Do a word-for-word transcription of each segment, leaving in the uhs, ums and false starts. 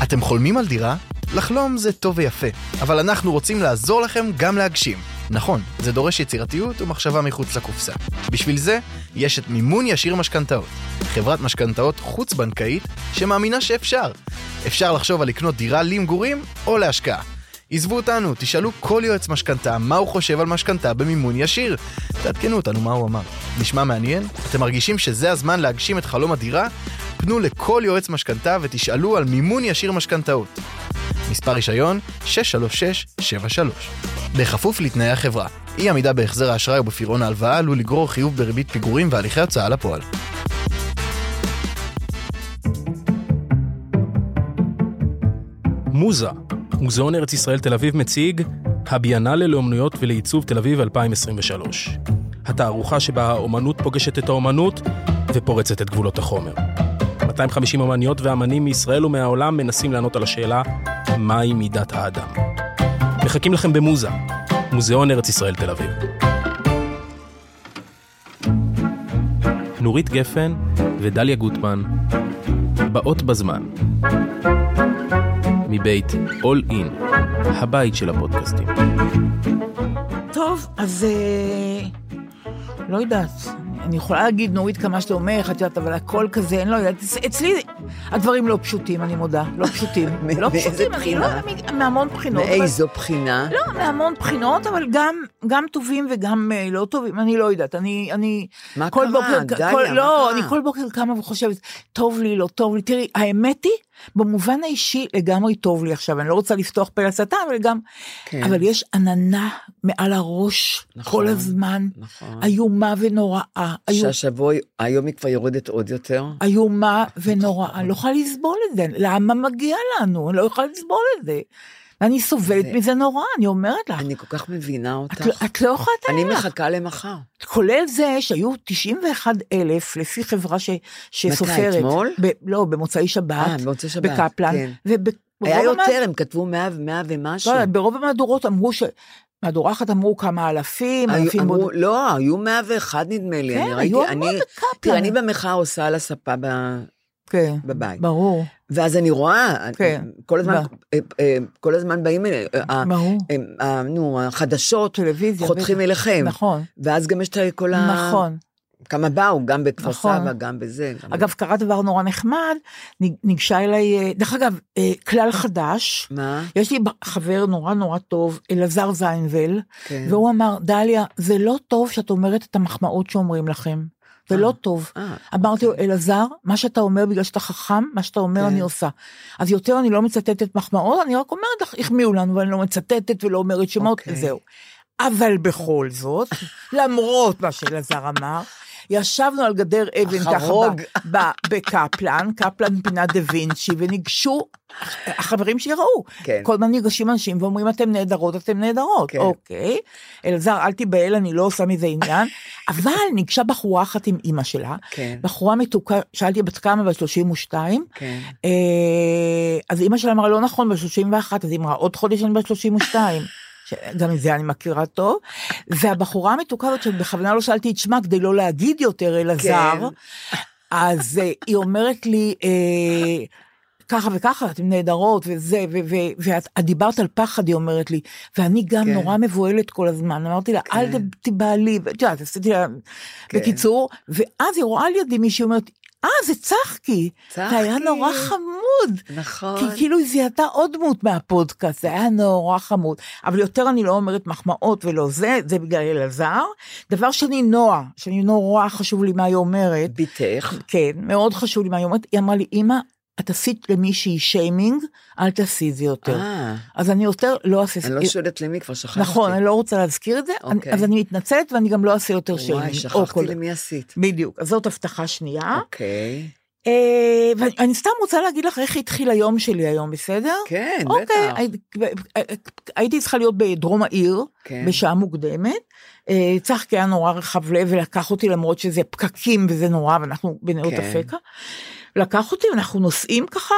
אתם חולמים על דירה? לחלום זה טוב ויפה, אבל אנחנו רוצים לעזור לכם גם להגשים. נכון, זה דורש יצירתיות ומחשבה מחוץ לקופסה. בשביל זה, יש את מימון ישיר משכנתאות. חברת משכנתאות חוץ-בנקאית שמאמינה שאפשר. אפשר לחשוב על לקנות דירה למגורים או להשקעה. עזבו אותנו, תשאלו כל יועץ משכנתה מה הוא חושב על משכנתה במימון ישיר. תעדכנו אותנו מה הוא אמר. נשמע מעניין? אתם מרגישים שזה הזמן להגשים את חלום הדירה? פנו לכל יועץ משכנתה ותשאלו על מימון ישיר משכנתאות. מספר רישיון שש שלוש שש שבע שלוש. בכפוף לתנאי החברה. אי עמידה בהחזר האשראי ובפירעון ההלוואה עלול לגרור חיוב בריבית פיגורים והליכי הוצאה לפועל. מוזה, מוזיאון ארץ ישראל תל אביב מציג הביאנלה לאומנויות ולעיצוב תל אביב אלפיים עשרים ושלוש. התערוכה שבה האומנות פוגשת את האומנות ופורצת את גבולות החומר. מאתיים וחמישים אומניות ואמנים מישראל ומהעולם מנסים לענות על השאלה מהי מידת האדם. מחכים לכם במוזה, מוזיאון ארץ ישראל תל אביב. נורית גפן ודליה גוטמן באות בזמן. מבית All In, הבית של הפודקאסטים. טוב, אז לא יודעת, אני יכולה להגיד נורית כמה שאתה אומר, את יודעת, אבל הכל כזה, אני לא יודעת, אצלי הדברים לא פשוטים, אני מודה, לא פשוטים. לא פשוטים, אני לא, מהמון בחינות. מאיזו בחינה? לא, מהמון בחינות, אבל גם טובים וגם לא טובים, אני לא יודעת, אני, אני... מה קרה, דליה, מה קרה? לא, אני כל בוקר קמה וחושבת, טוב לי, לא טוב לי, תראי, האמת היא, במובן האישי לגמרי טוב לי עכשיו, אני לא רוצה לפתוח פה לסתה, אבל גם, כן. אבל יש עננה מעל הראש נכון, כל הזמן, נכון. איומה ונוראה. שהשבוע, היום היא כבר יורדת עוד יותר? איומה ונוראה, אני לא יכולה לסבול את זה, למה מגיע לנו? אני לא יכולה לסבול את זה. ואני סובלת זה... מזה נורא, אני אומרת לך. אני כל כך מבינה אותך. את, את לא יכולה לתאר לך. אני מחכה למחר. כולל זה שהיו תשעים ואחד אלף, לפי חברה ש, שסופרת. מתי, אתמול? ב, לא, במוצאי שבת. אה, במוצאי שבת. בקפלן. כן. וב, היה יותר, המד... הם כתבו מאה ומאה ומשהו. לא, ברוב המהדורות אמרו ש... מהדורה אחת אמרו כמה אלפים. היו, אלפים אמרו, בוד... לא, היו מאה ואחת נדמה לי. כן, אני היו ראיתי, אמרו אני, בקפלן. תראה, אני במחאה עושה על הספה ב... כן, בבית. ברור. ואז אני רואה, כן. כל הזמן, כל הזמן באים, ברור. נו, החדשות, טלוויזיה, חותכים אליכם. נכון. ואז גם יש את כל ה... נכון. כמה באו, גם בכפר נכון. סבא, גם בזה. גם אגב, קרה דבר נורא נחמד, ניגשה אליי, דרך אגב, כלל חדש. מה? יש לי חבר נורא נורא טוב, אלעזר זיינבל, כן. והוא אמר, דליה, זה לא טוב שאת אומרת את המחמאות שאומרים לכם. זה לא טוב. אמרתי לו, אלעזר, מה שאתה אומר בגלל שאתה חכם, מה שאתה אומר אני עושה. אז יותר אני לא מצטטת מחמאות, אני רק אומרת לך, החמיאו לנו, ואני לא מצטטת ולא אומרת שמות, זהו. אבל בכל זאת, למרות מה שאלעזר אמר, ישבנו על גדר אבן ככה בקפלן, קפלן פינת דה וינצ'י, וניגשו החברים שיראו. כל הזמן ניגשים אנשים ואומרים, אתם נהדרות, אתם נהדרות. אוקיי. אלעזר, אל תיבהל, אני לא עושה מזה עניין. אבל ניגשה בחורה אחת עם אמא שלה. בחורה מתוקה, שאלתי בת כמה, בת שלושים ושתיים. אז אמא שלה אמרה, לא נכון, בת שלושים ואחת, אז היא אמרה, עוד חודש אני בת שלושים ושתיים. גם את זה אני מכירה טוב, והבחורה המתוקה הזאת שבכוונה לא שאלתי את שמה, כדי לא להגיד יותר אלעזר, אז היא אומרת לי, ככה וככה, אתם נהדרות, וזה, ואת דיברת על פחד, היא אומרת לי, ואני גם נורא מבועלת כל הזמן, אמרתי לה, אל תבעלי, ואת עשיתי לה, בקיצור, ואז היא רואה לי ידי מישהי, אומרת, אה, זה צחקי, זה היה נורא חמוד, נכון. כי כאילו היא זיהתה עוד דמות מהפודקאסט, זה היה נורא חמוד, אבל יותר אני לא אומרת מחמאות ולא זה, זה בגלל אלעזר, דבר שני נועה, שאני נורא חשוב לי מה היא אומרת, ביתך, כן, מאוד חשוב לי מה היא אומרת, היא אמרה לי, אמא, את עשית למישהי שיימינג, אל תעשי זה יותר. אז אני יותר לא אעשה... אני לא שואלת למי, כבר שכחתי. נכון, אני לא רוצה להזכיר את זה, אז אני מתנצלת, ואני גם לא אעשה יותר שיימינג. וואי, שכחתי למי עשית. בדיוק, אז זאת הבטחה שנייה. אוקיי. ואני סתם רוצה להגיד לך איך התחיל היום שלי היום, בסדר? כן, בטח. הייתי צריכה להיות בדרום העיר, בשעה מוקדמת, צחקי היה נורא רחב לב, ולקח אותי למרות שזה פקקים וזה נורא, ואנחנו בנאות אפקה. לקח אותי, אנחנו נוסעים ככה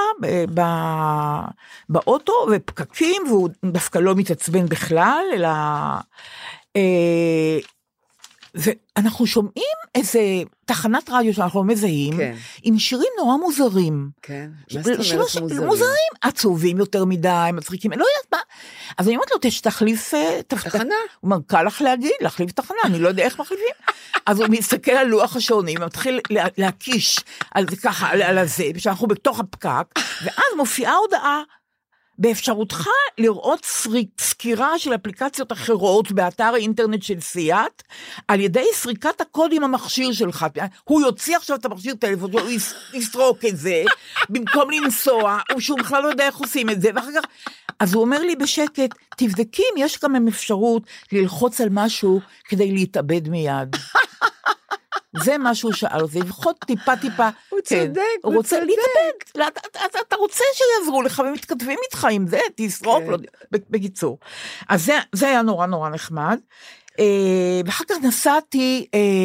באוטו, ופקקים, והוא דווקא לא מתעצבן בכלל, אלא ואנחנו שומעים איזה תחנת רדיו שאנחנו לא מזהים, כן. עם שירים נורא מוזרים. כן, מה זאת אומרת מוזרים? מוזרים, עצובים יותר מדי, מצחיקים, לא יודעת מה. אז אני אומרת לו, תחליף תחנה. הוא אומר, קל לך להגיד, להחליף תחנה, אני לא יודע איך מחליפים. אז הוא מסתכל על לוח השעונים, מתחיל להקיש על זה ככה, על זה, שאנחנו בתוך הפקק, ואז מופיעה הודעה, באפשרותך לראות סקירה של אפליקציות אחרות באתר האינטרנט של סיאט, על ידי סריקת הקוד עם המכשיר שלך. הוא יוציא עכשיו את המכשיר טלפון, הוא יסרוק את זה, במקום לנסוע, שהוא בכלל לא יודע איך עושים את זה, ואחר כך, אז הוא אומר לי בשקט, תבדקים, יש גם אפשרות ללחוץ על משהו כדי להתאבד מיד. זה מה שהוא שאל, זה לפחות טיפה טיפה. הוא צודק, הוא רוצה להתאבד. אתה רוצה שיעזרו לך, ומתכתבים איתך עם זה, תסרוק לו, בקיצור. אז זה היה נורא נורא נחמד. ואחר כך נסעתי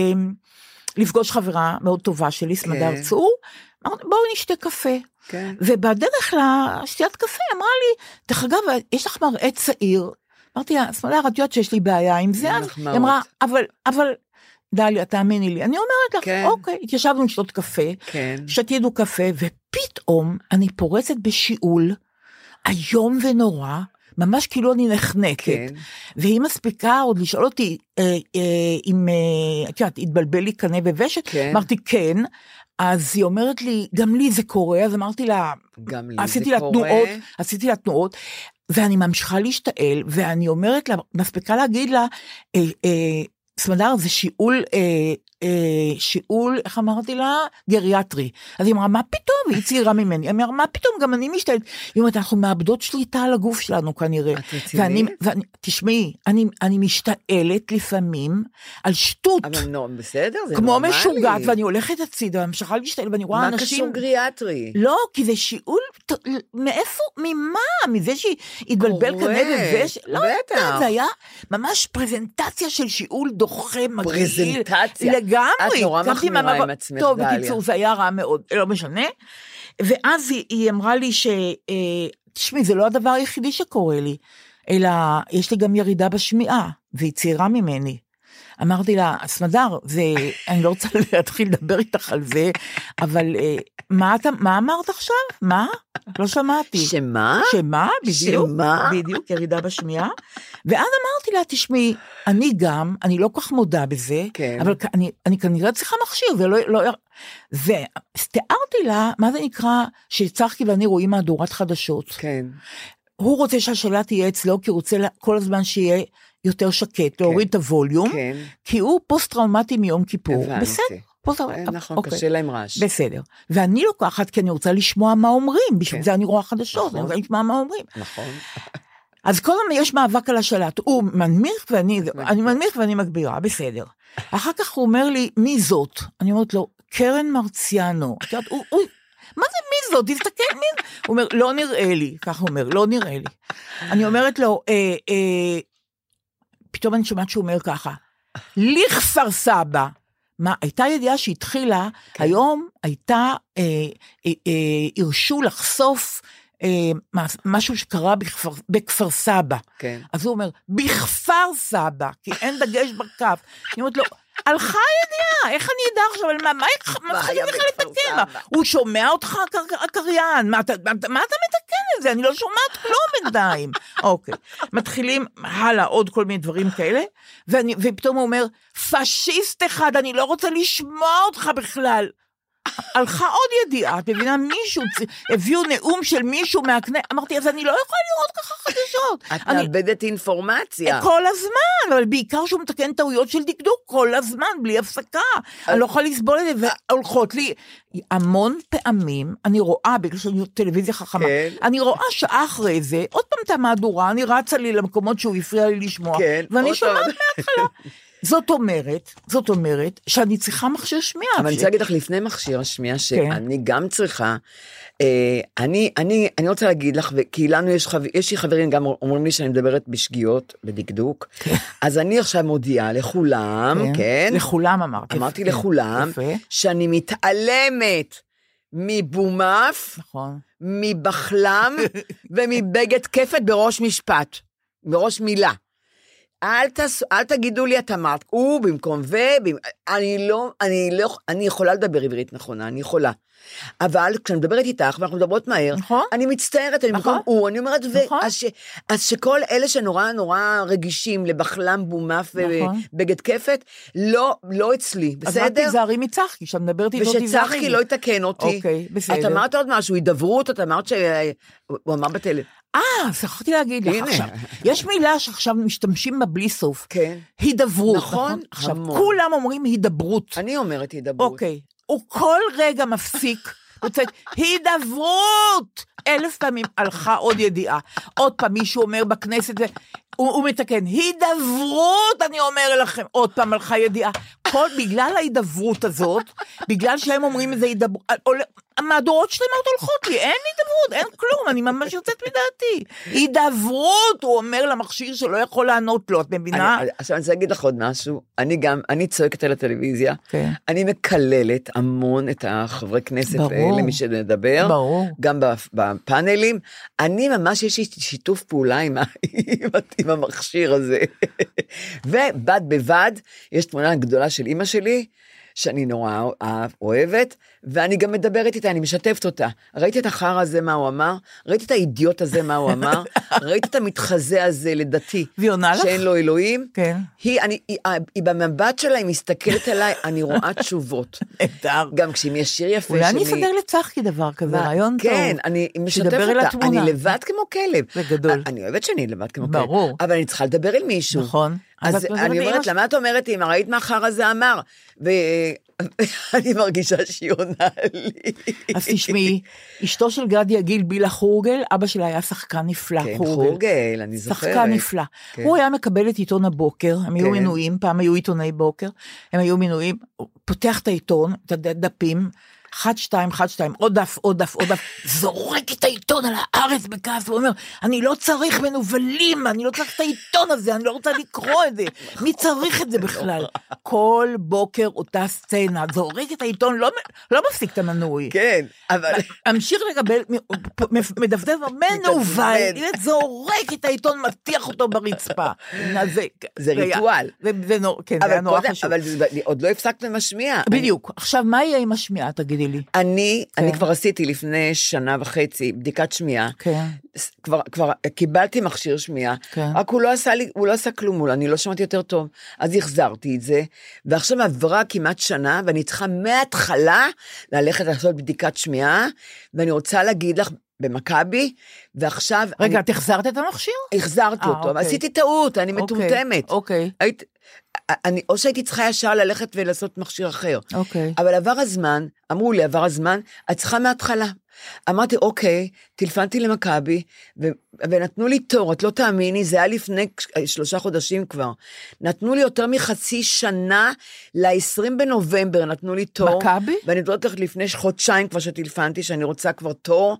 לפגוש חברה מאוד טובה שלי, סמדר צור, בואו נשתה קפה. ובדרך לשתיית קפה אמרה לי, דרך אגב, יש לך מראה צעיר. אמרתי לה, סמדר, את יודעת שיש לי בעיה עם זה, אז היא אמרה, אבל, אבל, דליה, תאמיני לי, אני אומרת לך, כן. אוקיי, התיישבנו לשתות קפה, כן. שתינו קפה, ופתאום אני פורצת בשיעול, היום ונורא, ממש כאילו אני נחנקת, כן. והיא מספיקה עוד לשאול אותי, אה, אה, אם, אה, את יודעת, התבלבל לי קנה בוושת, כן. אמרתי כן, אז היא אומרת לי, גם לי זה קורה, אז אמרתי לה, גם לי עשיתי זה לה קורה, תנועות, עשיתי לה תנועות, ואני ממשיכה להשתעל, ואני אומרת לה, מספיקה להגיד לה, אה, אה, סמדר, זה שיעול, אה, אה, שיעול, איך אמרתי לה? גריאטרי. אז היא אמרה, מה פתאום? והיא צעירה ממני. היא אמרה, מה פתאום? גם אני משתלת. היא אומרת, אנחנו מאבדות שליטה על הגוף שלנו כנראה. את רצינית? ואני, תשמעי, אני, אני משתעלת לפעמים על שטות. אבל לא, בסדר, זה כמו נורמלי. משוגעת, ואני הולכת הצידה, ואני משכה להשתעל, ואני רואה מה אנשים... קשור גריאטרי? לא, כי זה שיעול, מאיפה, ממה? מזה שהתבלבל כנראה ווש... לא, זה היה ממש פרזנטציה של שיעול דוחה מגעיל. פרזנטציה. לגמרי. את נורא מחמירה עם עצמך, טוב, דליה. בקיצור, זה היה רע מאוד, לא משנה. ואז היא, היא אמרה לי ש... תשמעי, זה לא הדבר היחידי שקורה לי, אלא יש לי גם ירידה בשמיעה, והיא צעירה ממני. אמרתי לה, סמדר, זה, אני לא רוצה להתחיל לדבר איתך על זה, אבל מה, אתה, מה אמרת עכשיו? מה? לא שמעתי. שמה? שמה? בדיוק. שמה? בדיוק, ירידה בשמיעה. ואז אמרתי לה, תשמעי, אני גם, אני לא כך מודה בזה, כן. אבל אני, אני כנראה צריכה מכשיר, ולא, לא, ותיארתי לה, מה זה נקרא, שצחקי ואני רואים מהדורת חדשות. כן. הוא רוצה שהשאלה תהיה אצלו, כי הוא רוצה כל הזמן שיהיה יותר שקט, להוריד את הווליום, כי הוא פוסט-טראומטי מיום כיפור. בסדר. נכון, קשה להם רעש. בסדר. ואני לוקחת, כי אני רוצה לשמוע מה אומרים, בשביל זה אני רואה חדשות, אני רוצה לשמוע מה אומרים. נכון. אז כל הזמן יש מאבק על השאלת, הוא מנמיך ואני, אני מנמיך ואני מגבירה, בסדר. אחר כך הוא אומר לי, מי זאת? אני אומרת לו, קרן מרציאנו. מה זה מי זאת? תסתכל מי? הוא אומר, לא נראה לי, כך הוא אומר, לא נראה לי. אני אומרת לו, אה, אה, פתאום אני שומעת שהוא אומר ככה, לכפר סבא, מה, הייתה ידיעה שהתחילה, כן. היום הייתה, אה, אה, אה, הרשו לחשוף, אה, משהו שקרה בכפר, בכפר סבא, כן. אז הוא אומר, בכפר סבא, כי אין דגש בכף, אני אומרת לו, הלכה ידיעה, איך אני ידע עכשיו, מה, מה, מה חייב לך לתקן? הוא שומע אותך הקריין, מה אתה מתקן את זה? אני לא שומעת כלום בינתיים. אוקיי, מתחילים הלאה עוד כל מיני דברים כאלה, ופתאום הוא אומר, פשיסט אחד, אני לא רוצה לשמוע אותך בכלל. הלכה עוד ידיעה, את מבינה, מישהו, הביאו נאום של מישהו מהכנס, אמרתי, אז אני לא יכולה לראות ככה חדשות. את מאבדת אינפורמציה. כל הזמן, אבל בעיקר שהוא מתקן טעויות של דקדוק, כל הזמן, בלי הפסקה. אני לא יכולה לסבול את זה, והולכות לי, המון פעמים, אני רואה, בגלל שאני טלוויזיה חכמה, אני רואה שעה אחרי זה, עוד פעם את המהדורה, אני רצה לי למקומות שהוא הפריע לי לשמוע, ואני שומעת מההתחלה. זאת אומרת, זאת אומרת, שאני צריכה מכשיר שמיעה. אבל אני רוצה להגיד לך לפני מכשיר השמיעה, שאני גם צריכה, אני, אני, אני רוצה להגיד לך, כי לנו יש, יש לי חברים גם אומרים לי שאני מדברת בשגיאות, בדקדוק, אז אני עכשיו מודיעה לכולם, כן? לכולם אמרתי. אמרתי לכולם, שאני מתעלמת מבומף, מבחלם, ומבגד כפת בראש משפט, בראש מילה. אל, תס, אל תגידו לי, את אמרת, הוא במקום ו, במ... אני לא, אני לא, אני יכולה לדבר עברית נכונה, אני יכולה. אבל כשאני מדברת איתך, ואנחנו מדברות מהר, נכון. אני מצטערת, אני במקום הוא, אני אומרת, נכון. ו... אז, ש... אז שכל אלה שנורא נורא רגישים לבחלם בומף נכון. ובגד כפת, לא, לא אצלי, בסדר? אז רק תזהרי מצחקי, כשאת מדברת איתו תזהרי. ושצחקי לא יתקן אותי. אוקיי, בסדר. את אמרת עוד משהו, הידברות, את אמרת שהוא אמר בטלפון. אה, שכחתי להגיד לך עכשיו. יש מילה שעכשיו משתמשים בה בלי סוף. כן. הידברות. נכון. עכשיו, כולם אומרים הידברות. אני אומרת הידברות. אוקיי. הוא כל רגע מפסיק. הוא צועק, הידברות! אלף פעמים הלכה עוד ידיעה. עוד פעם מישהו אומר בכנסת, הוא, הוא מתקן, הידברות, אני אומר לכם. עוד פעם הלכה ידיעה. כל, בגלל ההידברות הזאת, בגלל שהם אומרים איזה הידברות, המהדורות שלמות הולכות לי, אין הידברות, אין כלום, אני ממש יוצאת מדעתי. הידברות, הוא אומר למכשיר שלא יכול לענות לו, את מבינה? אני, עכשיו אני רוצה להגיד לך עוד משהו, אני גם, אני צועקת על הטלוויזיה, כן. אני מקללת המון את החברי כנסת האלה, מי שנדבר, ברור. גם בפאנלים, אני ממש יש לי שיתוף פעולה עם, עם המכשיר הזה, ובד בבד, יש תמונה גדולה של אמא שלי, שאני נורא אוהבת, ואני גם מדברת איתה, אני משתפת אותה. ראיתי את החר הזה, מה הוא אמר? ראיתי את האידיוט הזה, מה הוא אמר? ראיתי את המתחזה הזה, לדתי, שאין לו אלוהים. כן. היא, אני, היא, היא במבט שלה, היא מסתכלת עליי, אני רואה תשובות. גם כשהיא ישיר יפה אולי אני אסדר לצחקי דבר כזה, רעיון טוב. כן, אני משתפת אותה, אני לבד כמו כלב. זה גדול. אני אוהבת שאני לבד כמו כלב. ברור. אבל אני צריכה לדבר עם מישהו. נכון. אז אני אומרת, למה את אומרת, אם ראית מה החר הזה אמר? ואני מרגישה שהיא עונה לי. אז תשמעי, אשתו של גדי הגיל, בילה חורגל, אבא שלה היה שחקן נפלא. כן, חורגל, אני זוכרת. שחקן נפלא. הוא היה מקבל את עיתון הבוקר, הם היו מנויים, פעם היו עיתוני בוקר, הם היו מנויים, פותח את העיתון, את הדפים, אחד, שתיים, אחד, שתיים, עוד דף, עוד דף, עוד דף, זורק את העיתון על הארץ בכעס, הוא אומר, אני לא צריך מנובלים, אני לא צריך את העיתון הזה, אני לא רוצה לקרוא את זה, מי צריך את זה בכלל? כל בוקר אותה סצנה, זורק את העיתון, לא, לא מפסיק את המנוי. כן, אבל... המשיך לקבל, מדפדף, מנובל, זורק את העיתון, מתיח אותו ברצפה. זה ריטואל. כן, זה היה נורא חשוב. אבל עוד לא הפסקת למשמיע. בדיוק, עכשיו, מה יהיה עם השמיעה, תגידי? לי. אני, כן. אני כבר עשיתי לפני שנה וחצי בדיקת שמיעה, כן. כבר, כבר קיבלתי מכשיר שמיעה, כן. רק הוא לא עשה לי, הוא לא עשה כלום, אני לא שמעתי יותר טוב, אז החזרתי את זה, ועכשיו עברה כמעט שנה, ואני צריכה מההתחלה ללכת לעשות בדיקת שמיעה, ואני רוצה להגיד לך, במכבי, ועכשיו... רגע, את החזרת את המכשיר? החזרתי אותו, אבל עשיתי טעות, אני מטומטמת. אוקיי. היית... אני, או שהייתי צריכה ישר ללכת ולעשות מכשיר אחר. אוקיי. אבל עבר הזמן, אמרו לי, עבר הזמן, את צריכה מההתחלה. אמרתי, אוקיי, טלפנתי למכבי, ו- ונתנו לי תור, את לא תאמיני, זה היה לפני שלושה חודשים כבר. נתנו לי יותר מחצי שנה, ל-עשרים בנובמבר נתנו לי תור. מכבי? ואני מדברת לך לפני חודשיים כבר שטלפנתי, שאני רוצה כבר תור,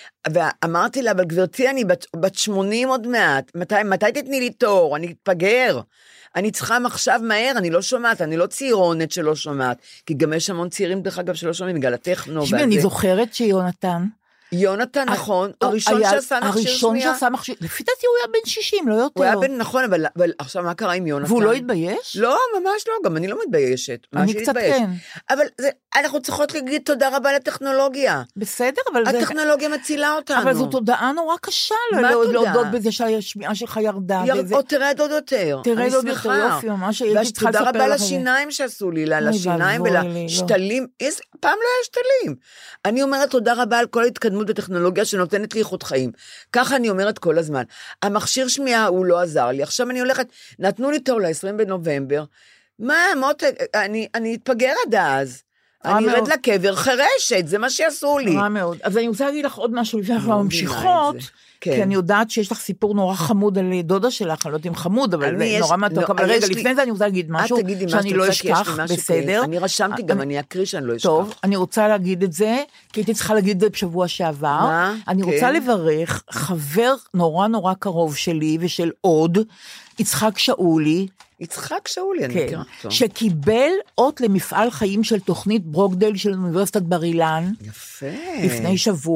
ואמרתי לה, אבל גברתי, אני בת, בת שמונים עוד מעט, מתי, מתי תתני לי תור? אני אתפגר. אני צריכה עכשיו מהר, אני לא שומעת, אני לא צעירונת שלא שומעת, כי גם יש המון צעירים דרך אגב שלא שומעים, בגלל הטכנו. שמי, אני זוכרת שיונתן, יונתן, נכון, הראשון שעשה מכשיר שמיעה. הראשון שעשה מכשיר, לפי דעתי הוא היה בן שישים, לא יותר. הוא היה בן, נכון, אבל עכשיו מה קרה עם יונתן? והוא לא התבייש? לא, ממש לא, גם אני לא מתביישת. אני קצת כן. אבל אנחנו צריכות להגיד תודה רבה לטכנולוגיה. בסדר, אבל זה... הטכנולוגיה מצילה אותנו. אבל זו תודעה נורא קשה, להודות בזה שהשמיעה שלך ירדה. או תרד עוד יותר. תרד עוד יותר, יופי, ממש הייתי צריכה לספר לכם. תודה רבה לשיניים שעשו לי, לשיניים ולשתלים. פעם לא היה שתלים. אני אומרת תודה רבה על כל ההתקדמות בטכנולוגיה שנותנת לי איכות חיים. ככה אני אומרת כל הזמן. המכשיר שמיעה הוא לא עזר לי. עכשיו אני הולכת, נתנו לי תור ל-עשרים בנובמבר. מה, מותק, אני, אני אתפגר עד אז. אני ארד לקבר חרשת, זה מה שיעשו לי. רע מאוד. אז אני רוצה להגיד לך עוד משהו לפני אנחנו ממשיכות, כי אני יודעת שיש לך סיפור נורא חמוד על דודה שלך, אני לא יודעת אם חמוד, אבל זה נורא מתוק. אבל רגע, לפני זה אני רוצה להגיד משהו, שאני לא אשכח, בסדר. אני רשמתי גם, אני אקריא שאני לא אשכח. טוב, אני רוצה להגיד את זה, כי הייתי צריכה להגיד את זה בשבוע שעבר. אני רוצה לברך חבר נורא נורא קרוב שלי ושל עוד, יצחק שאולי, יצחק שאולי, אני מכירה אותו. שקיבל אות למפעל חיים של תוכנית ברוקדייל של אוניברסיטת בר אילן. יפה. לפני שבוע.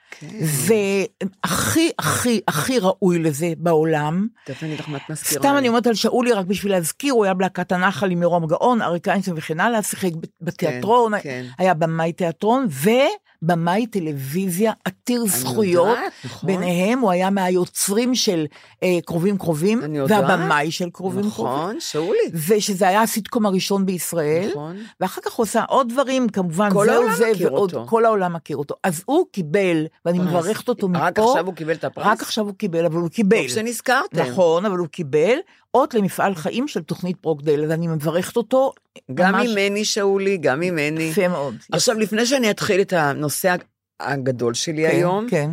זה הכי, הכי, הכי ראוי לזה בעולם. תכף אני לך מה את מזכירה. סתם אני אומרת על שאולי, רק בשביל להזכיר, הוא היה בלהקת הנחל עם מרום גאון, אריק איינשטיין וכן הלאה, שיחק בתיאטרון, היה במאי תיאטרון, ובמאי טלוויזיה עתיר זכויות, ביניהם הוא היה מהיוצרים של קרובים קרובים, והבמאי של קרובים קרובים. נכון, שאולי. ושזה היה הסיטקום הראשון בישראל, ואחר כך הוא עושה עוד דברים, כמובן זהו זה, ועוד כל העולם מכיר אותו. אז הוא קיבל, ואני מברכת אותו מפה. רק עכשיו הוא קיבל את הפרס? רק עכשיו הוא קיבל, אבל הוא קיבל. טוב שנזכרתם. נכון, אבל הוא קיבל אות למפעל חיים של תוכנית ברוקדייל, אז אני מברכת אותו. גם ממני שאולי, גם ממני. יפה מאוד. עכשיו, לפני שאני אתחיל את הנושא הגדול שלי היום, כן.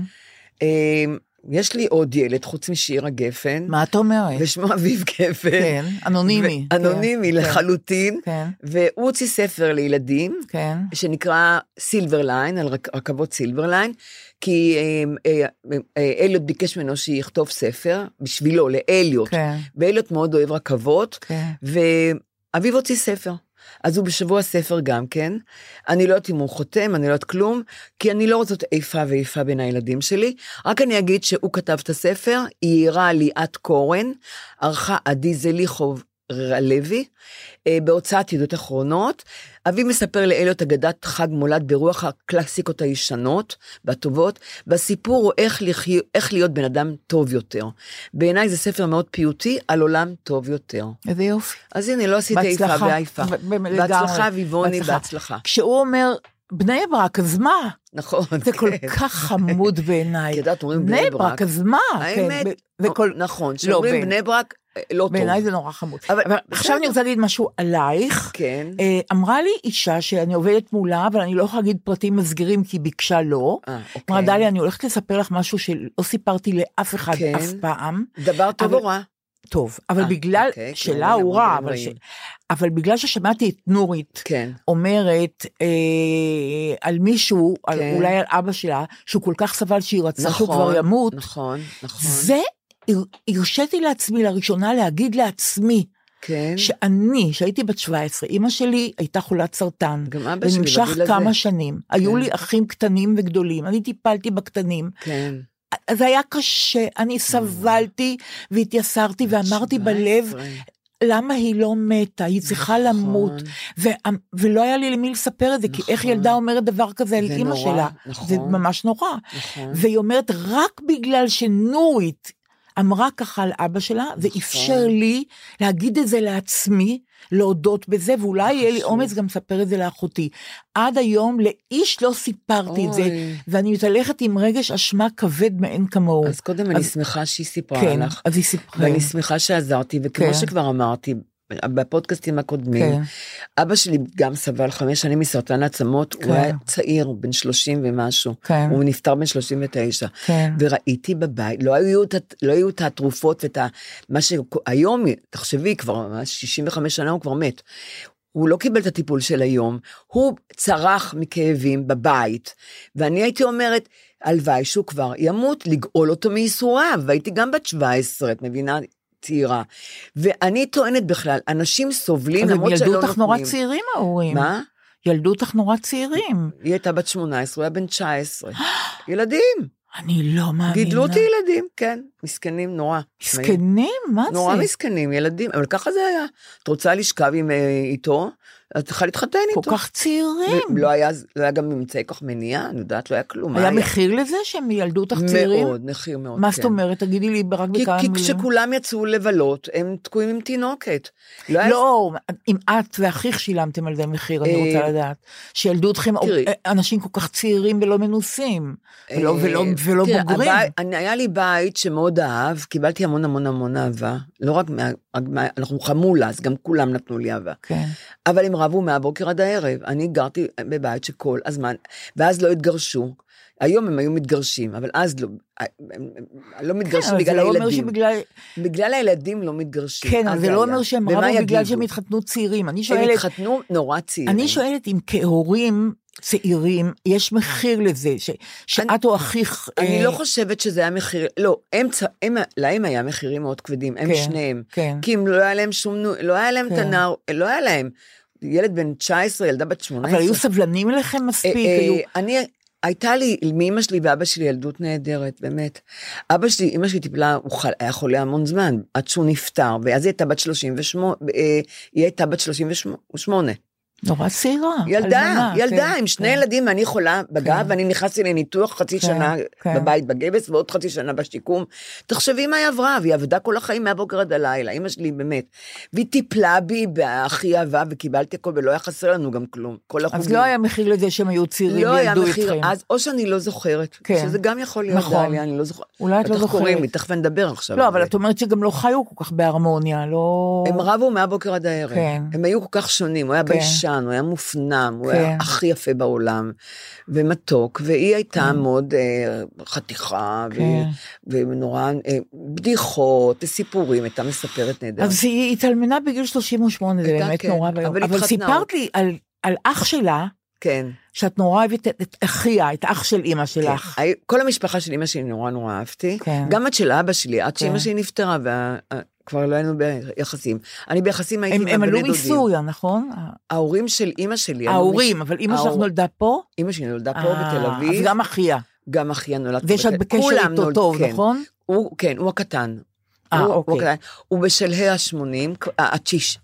יש לי עוד ילד, חוץ משיר הגפן. מה את אומרת? ושמו אביב גפן. כן, אנונימי. אנונימי לחלוטין. כן. והוא הוציא ספר לילדים, כן. שנקרא סילברליין, על רכבות סילברליין, כי אליוט ביקש ממנו שיכתוב ספר, בשבילו, לאליוט. כן. ואליוט מאוד אוהב רכבות, כן. ואביב הוציא ספר. אז הוא בשבוע ספר גם כן, אני לא יודעת אם הוא חותם, אני לא יודעת כלום, כי אני לא רוצה איפה ואיפה בין הילדים שלי, רק אני אגיד שהוא כתב את הספר, היא עירה ליאת קורן, ערכה עדי זליחוב לוי, בהוצאת ידיעות אחרונות, אבי מספר לאליוט אגדת חג מולד ברוח הקלאסיקות הישנות והטובות, והסיפור הוא איך, לחי... איך להיות בן אדם טוב יותר. בעיניי זה ספר מאוד פיוטי על עולם טוב יותר. איזה יופי. אז הנה, לא עשית איפה ואיפה. בהצלחה, ויבוני, בהצלחה. כשהוא אומר, בני ברק, אז מה? נכון. זה כל כך חמוד בעיניי. כדעת, אומרים בני ברק. בני ברק, אז מה? האמת, נכון, שאומרים בני ברק, לא טוב. בעיניי זה נורא חמוד. אבל עכשיו אני רוצה להגיד משהו עלייך. כן. אמרה לי אישה שאני עובדת מולה, אבל אני לא יכולה להגיד פרטים מסגרים, כי היא ביקשה לא. אמרה דליה, אני הולכת לספר לך משהו שלא סיפרתי לאף אחד אף פעם. דבר טוב או רע? טוב, אבל בגלל שלה הוא רע, אבל בגלל ששמעתי את נורית אומרת על מישהו, אולי על אבא שלה, שהוא כל כך סבל שהיא רצה שהוא כבר ימות, נכון, נכון. זה הרשיתי לעצמי לראשונה להגיד לעצמי, כן. שאני, שהייתי בת שבע עשרה, אמא שלי הייתה חולת סרטן, גם אבא שלי, ונמשך כמה לזה. שנים, כן. היו לי אחים קטנים וגדולים, אני טיפלתי בקטנים, כן. אז היה קשה, אני סבלתי והתייסרתי ואמרתי בלב, למה היא לא מתה, היא צריכה למות, ולא היה לי למי לספר את זה, כי איך ילדה אומרת דבר כזה על אמא שלה, זה ממש נורא, והיא אומרת, רק בגלל שנורית, אמרה ככה על אבא שלה, זה אפשר לי להגיד את זה לעצמי, להודות בזה, ואולי יהיה לי אומץ גם לספר את זה לאחותי. עד היום לאיש לא סיפרתי את זה, ואני מתהלכת עם רגש אשמה כבד מאין כמוהו. אז קודם אני שמחה שהיא סיפרה לך. כן, אז היא סיפרה. ואני שמחה שעזרתי, וכמו שכבר אמרתי, בפודקאסטים הקודמים, אבא שלי גם סבל חמש שנים מסרטן עצמות, הוא היה צעיר, בן שלושים ומשהו, הוא נפטר בן שלושים ותשע, וראיתי בבית, לא היו את התרופות, מה שהיום, תחשבי, כבר שישים וחמש שנה הוא כבר מת, הוא לא קיבל את הטיפול של היום, הוא צרח מכאבים בבית, ואני הייתי אומרת, הלוואי שהוא כבר ימות, לגאול אותו מייסוריו, והייתי גם בת שבע עשרה, את מבינה? צעירה, ואני טוענת בכלל, אנשים סובלים למרות שלא נותנים. ילדו אותך נורא צעירים ההורים. מה? ילדו אותך נורא צעירים. היא הייתה בת שמונה עשרה, הוא היה בן תשע עשרה. ילדים. אני לא מאמינה. גידלו אותי ילדים, כן. מסכנים נורא. מסכנים? מה זה? נורא מסכנים, ילדים, אבל ככה זה היה. את רוצה לשכב עם איתו, את צריכה להתחתן איתו. כל כך צעירים. לא היה, לא היה גם ממצאי כוח מניעה, אני יודעת, לא היה כלום. היה מחיר לזה שהם ילדו אותך צעירים? מאוד, מחיר מאוד, מה זאת אומרת? תגידי לי רק בכמה מילים. כי כשכולם יצאו לבלות, הם תקועים עם תינוקת. לא, אם את ואחיך שילמתם על זה מחיר, אני רוצה לדעת. שילדו אתכם אנשים כל כך צעירים ולא מנוסים, ולא בוגרים. היה לי בית שמאוד אהב, קיבלתי המון המון המון אהבה, לא רק, אנחנו חמולה, אז גם כולם נתנו לי אהבה. אבל הם רבו מהבוקר עד הערב, אני גרתי בבית שכל הזמן, ואז לא התגרשו, היום הם היו מתגרשים, אבל אז לא, לא מתגרשים בגלל הילדים. בגלל הילדים לא מתגרשים. כן, אבל זה לא אומר שהם רבו בגלל שהם התחתנו צעירים. הם התחתנו נורא צעירים. אני שואלת אם כהורים צעירים, יש מחיר לזה, שאת או אחיך... אני לא חושבת שזה היה מחיר, לא, להם היה מחירים מאוד כבדים, הם שניהם, כי אם לא היה להם שום, לא היה להם את הנער, לא היה להם, ילד בן תשע עשרה, ילדה בת שמונה עשרה. אבל היו סבלנים לכם מספיק? אני... הייתה לי, מאמא שלי ואבא שלי ילדות נהדרת, באמת. אבא שלי, אמא שלי טיפלה, הוא היה חולה המון זמן, עד שהוא נפטר, ואז היא הייתה בת שלושים ושמונה, היא הייתה בת שלושים ושמונה. נורא צעירה. ילדה, ילדה, עם שני ילדים, ואני חולה בגב, ואני נכנסתי לניתוח חצי שנה בבית בגבס, ועוד חצי שנה בשיקום. תחשבי מה היא עברה, והיא עבדה כל החיים מהבוקר עד הלילה, אמא שלי באמת. והיא טיפלה בי, והכי אהבה, וקיבלתי הכל, ולא היה חסר לנו גם כלום. אז לא היה מחיר לזה שהם היו צעירים וילדו איתכם. אז או שאני לא זוכרת, שזה גם יכול להיות דליה, אני לא זוכרת. אולי את לא זוכרת. תכף נדבר עכשיו. לא, אבל את אומרת שגם לא חיו כל כך בהרמוניה, לא... הם רבו מהבוקר עד הערב. הם היו כל כך שונים, הוא היה ביישן, הוא היה מופנם, הוא היה הכי יפה בעולם, ומתוק, והיא הייתה מאוד חתיכה, ונורא בדיחות, סיפורים, הייתה מספרת נהדר. אז היא התאלמנה בגיל שלושים ושמונה, זה באמת נורא ביום. אבל סיפרת לי על אח שלה, כן. שאת נורא אוהבת את אחיה, את אח של אמא שלך. כל המשפחה של אמא שלי נורא נורא אהבתי, גם את של אבא שלי, עד שאמא שלי נפטרה, וכבר לא היינו ביחסים. אני ביחסים הייתי עם הבני דודים. הם עלו מסוריה, נכון? ההורים של אמא שלי. ההורים, אבל אמא שלך נולדה פה? אמא שלי נולדה פה בתל אביב. אז גם אחיה. גם אחיה נולד פה. ויש את בקשר איתו טוב, נכון? כן, הוא הקטן. אה, אוקיי. הוא בשלהי ה-שמונים, ה-תשעים.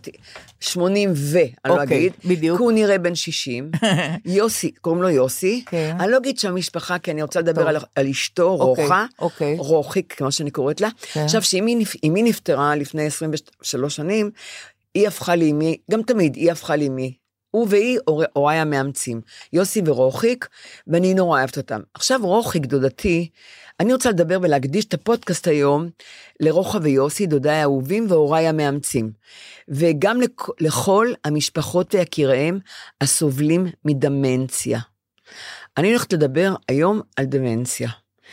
שמונים ו, אני לא אגיד, כי הוא נראה בן שישים, יוסי, קוראים לו יוסי, אני לא אגיד שהמשפחה, כי אני רוצה לדבר על אשתו, רוחה, רוחיק, כמו שאני קוראת לה, עכשיו שאם היא נפטרה לפני עשרים ושלוש שנים, היא הפכה לי מי, גם תמיד היא הפכה לי מי, הוא והיא הוריי המאמצים, יוסי ורוחיק, ואני נורא אוהבת אותם. עכשיו רוחיק דודתי, אני רוצה לדבר ולהקדיש את הפודקאסט היום לרוחה ויוסי, דודיי האהובים והוריי המאמצים, וגם לכל המשפחות ויקיריהם הסובלים מדמנציה. אני הולכת לדבר היום על דמנציה,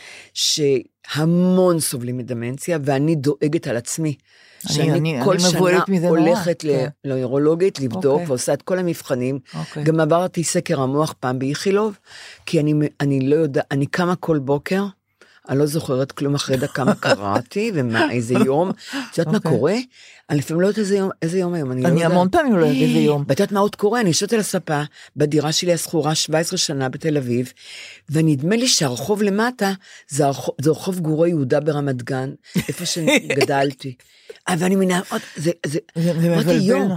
שהמון סובלים מדמנציה, ואני דואגת על עצמי, שאני אני, כל אני שנה הולכת לנוירולוגית לבדוק, okay. ועושה את כל המבחנים, okay. גם עברתי סקר המוח פעם באיכילוב, כי אני, אני לא יודע, אני קמה כל בוקר, אני לא זוכרת כלום אחרי דקה מה קראתי, ומה, איזה יום, את יודעת מה קורה? אני לפעמים לא יודעת איזה יום היום, אני לא יודעת. אני המון פעמים לא יודעת איזה יום. ואת יודעת מה עוד קורה? אני יושבת על הספה, בדירה שלי הסחורה שבע עשרה שנה בתל אביב, ונדמה לי שהרחוב למטה, זה רחוב גורי יהודה ברמת גן, איפה שגדלתי. ואני מנה, זה, זה, אמרתי יום,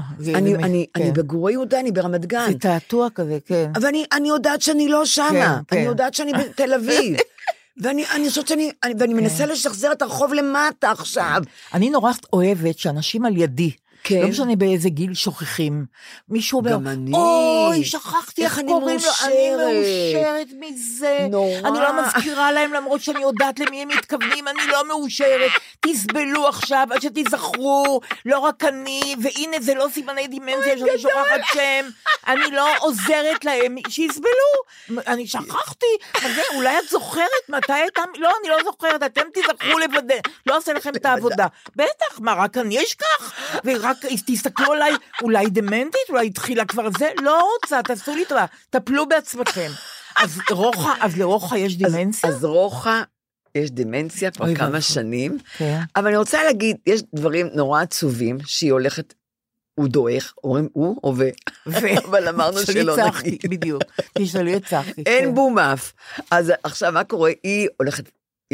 אני בגורי יהודה, אני ברמת גן. זה תעתוע כזה, כן. אבל אני יודעת שאני לא שמה, אני יודעת שאני בתל אביב. ואני, אני חושבת שאני, ואני מנסה לשחזר את הרחוב למטה עכשיו. אני נורא אוהבת שאנשים על ידי, לא משנה באיזה גיל שוכחים, מישהו אומר, אוי, שכחתי איך קוראים לו, אני מאושרת מזה, אני לא מזכירה להם למרות שאני יודעת למי הם מתכוונים, אני לא מאושרת, תסבלו עכשיו, עד שתזכרו, לא רק אני, והנה זה לא סימני דימנציה שאני שוכחת שם, אני לא עוזרת להם, שיסבלו, אני שכחתי, אולי את זוכרת מתי הייתה, לא, אני לא זוכרת, אתם תזכרו לבד, לא עושה לכם את העבודה, בטח, מה, רק אני אשכח, ורק תסתכלו עליי, אולי דמנטית, אולי התחילה כבר זה, לא רוצה, תעשו לי טובה, תפלו בעצמכם. אז רוחה, אז לרוחה יש דמנציה? אז, אז רוחה יש דמנציה כבר כמה שנים, אבל אני רוצה להגיד, יש דברים נורא עצובים, שהיא הולכת, הוא דואך, אומרים הוא או ו, אבל אמרנו שלא נגיד. בדיוק, תשאלי את צחי. אין בום אף. אז עכשיו מה קורה? היא הולכת,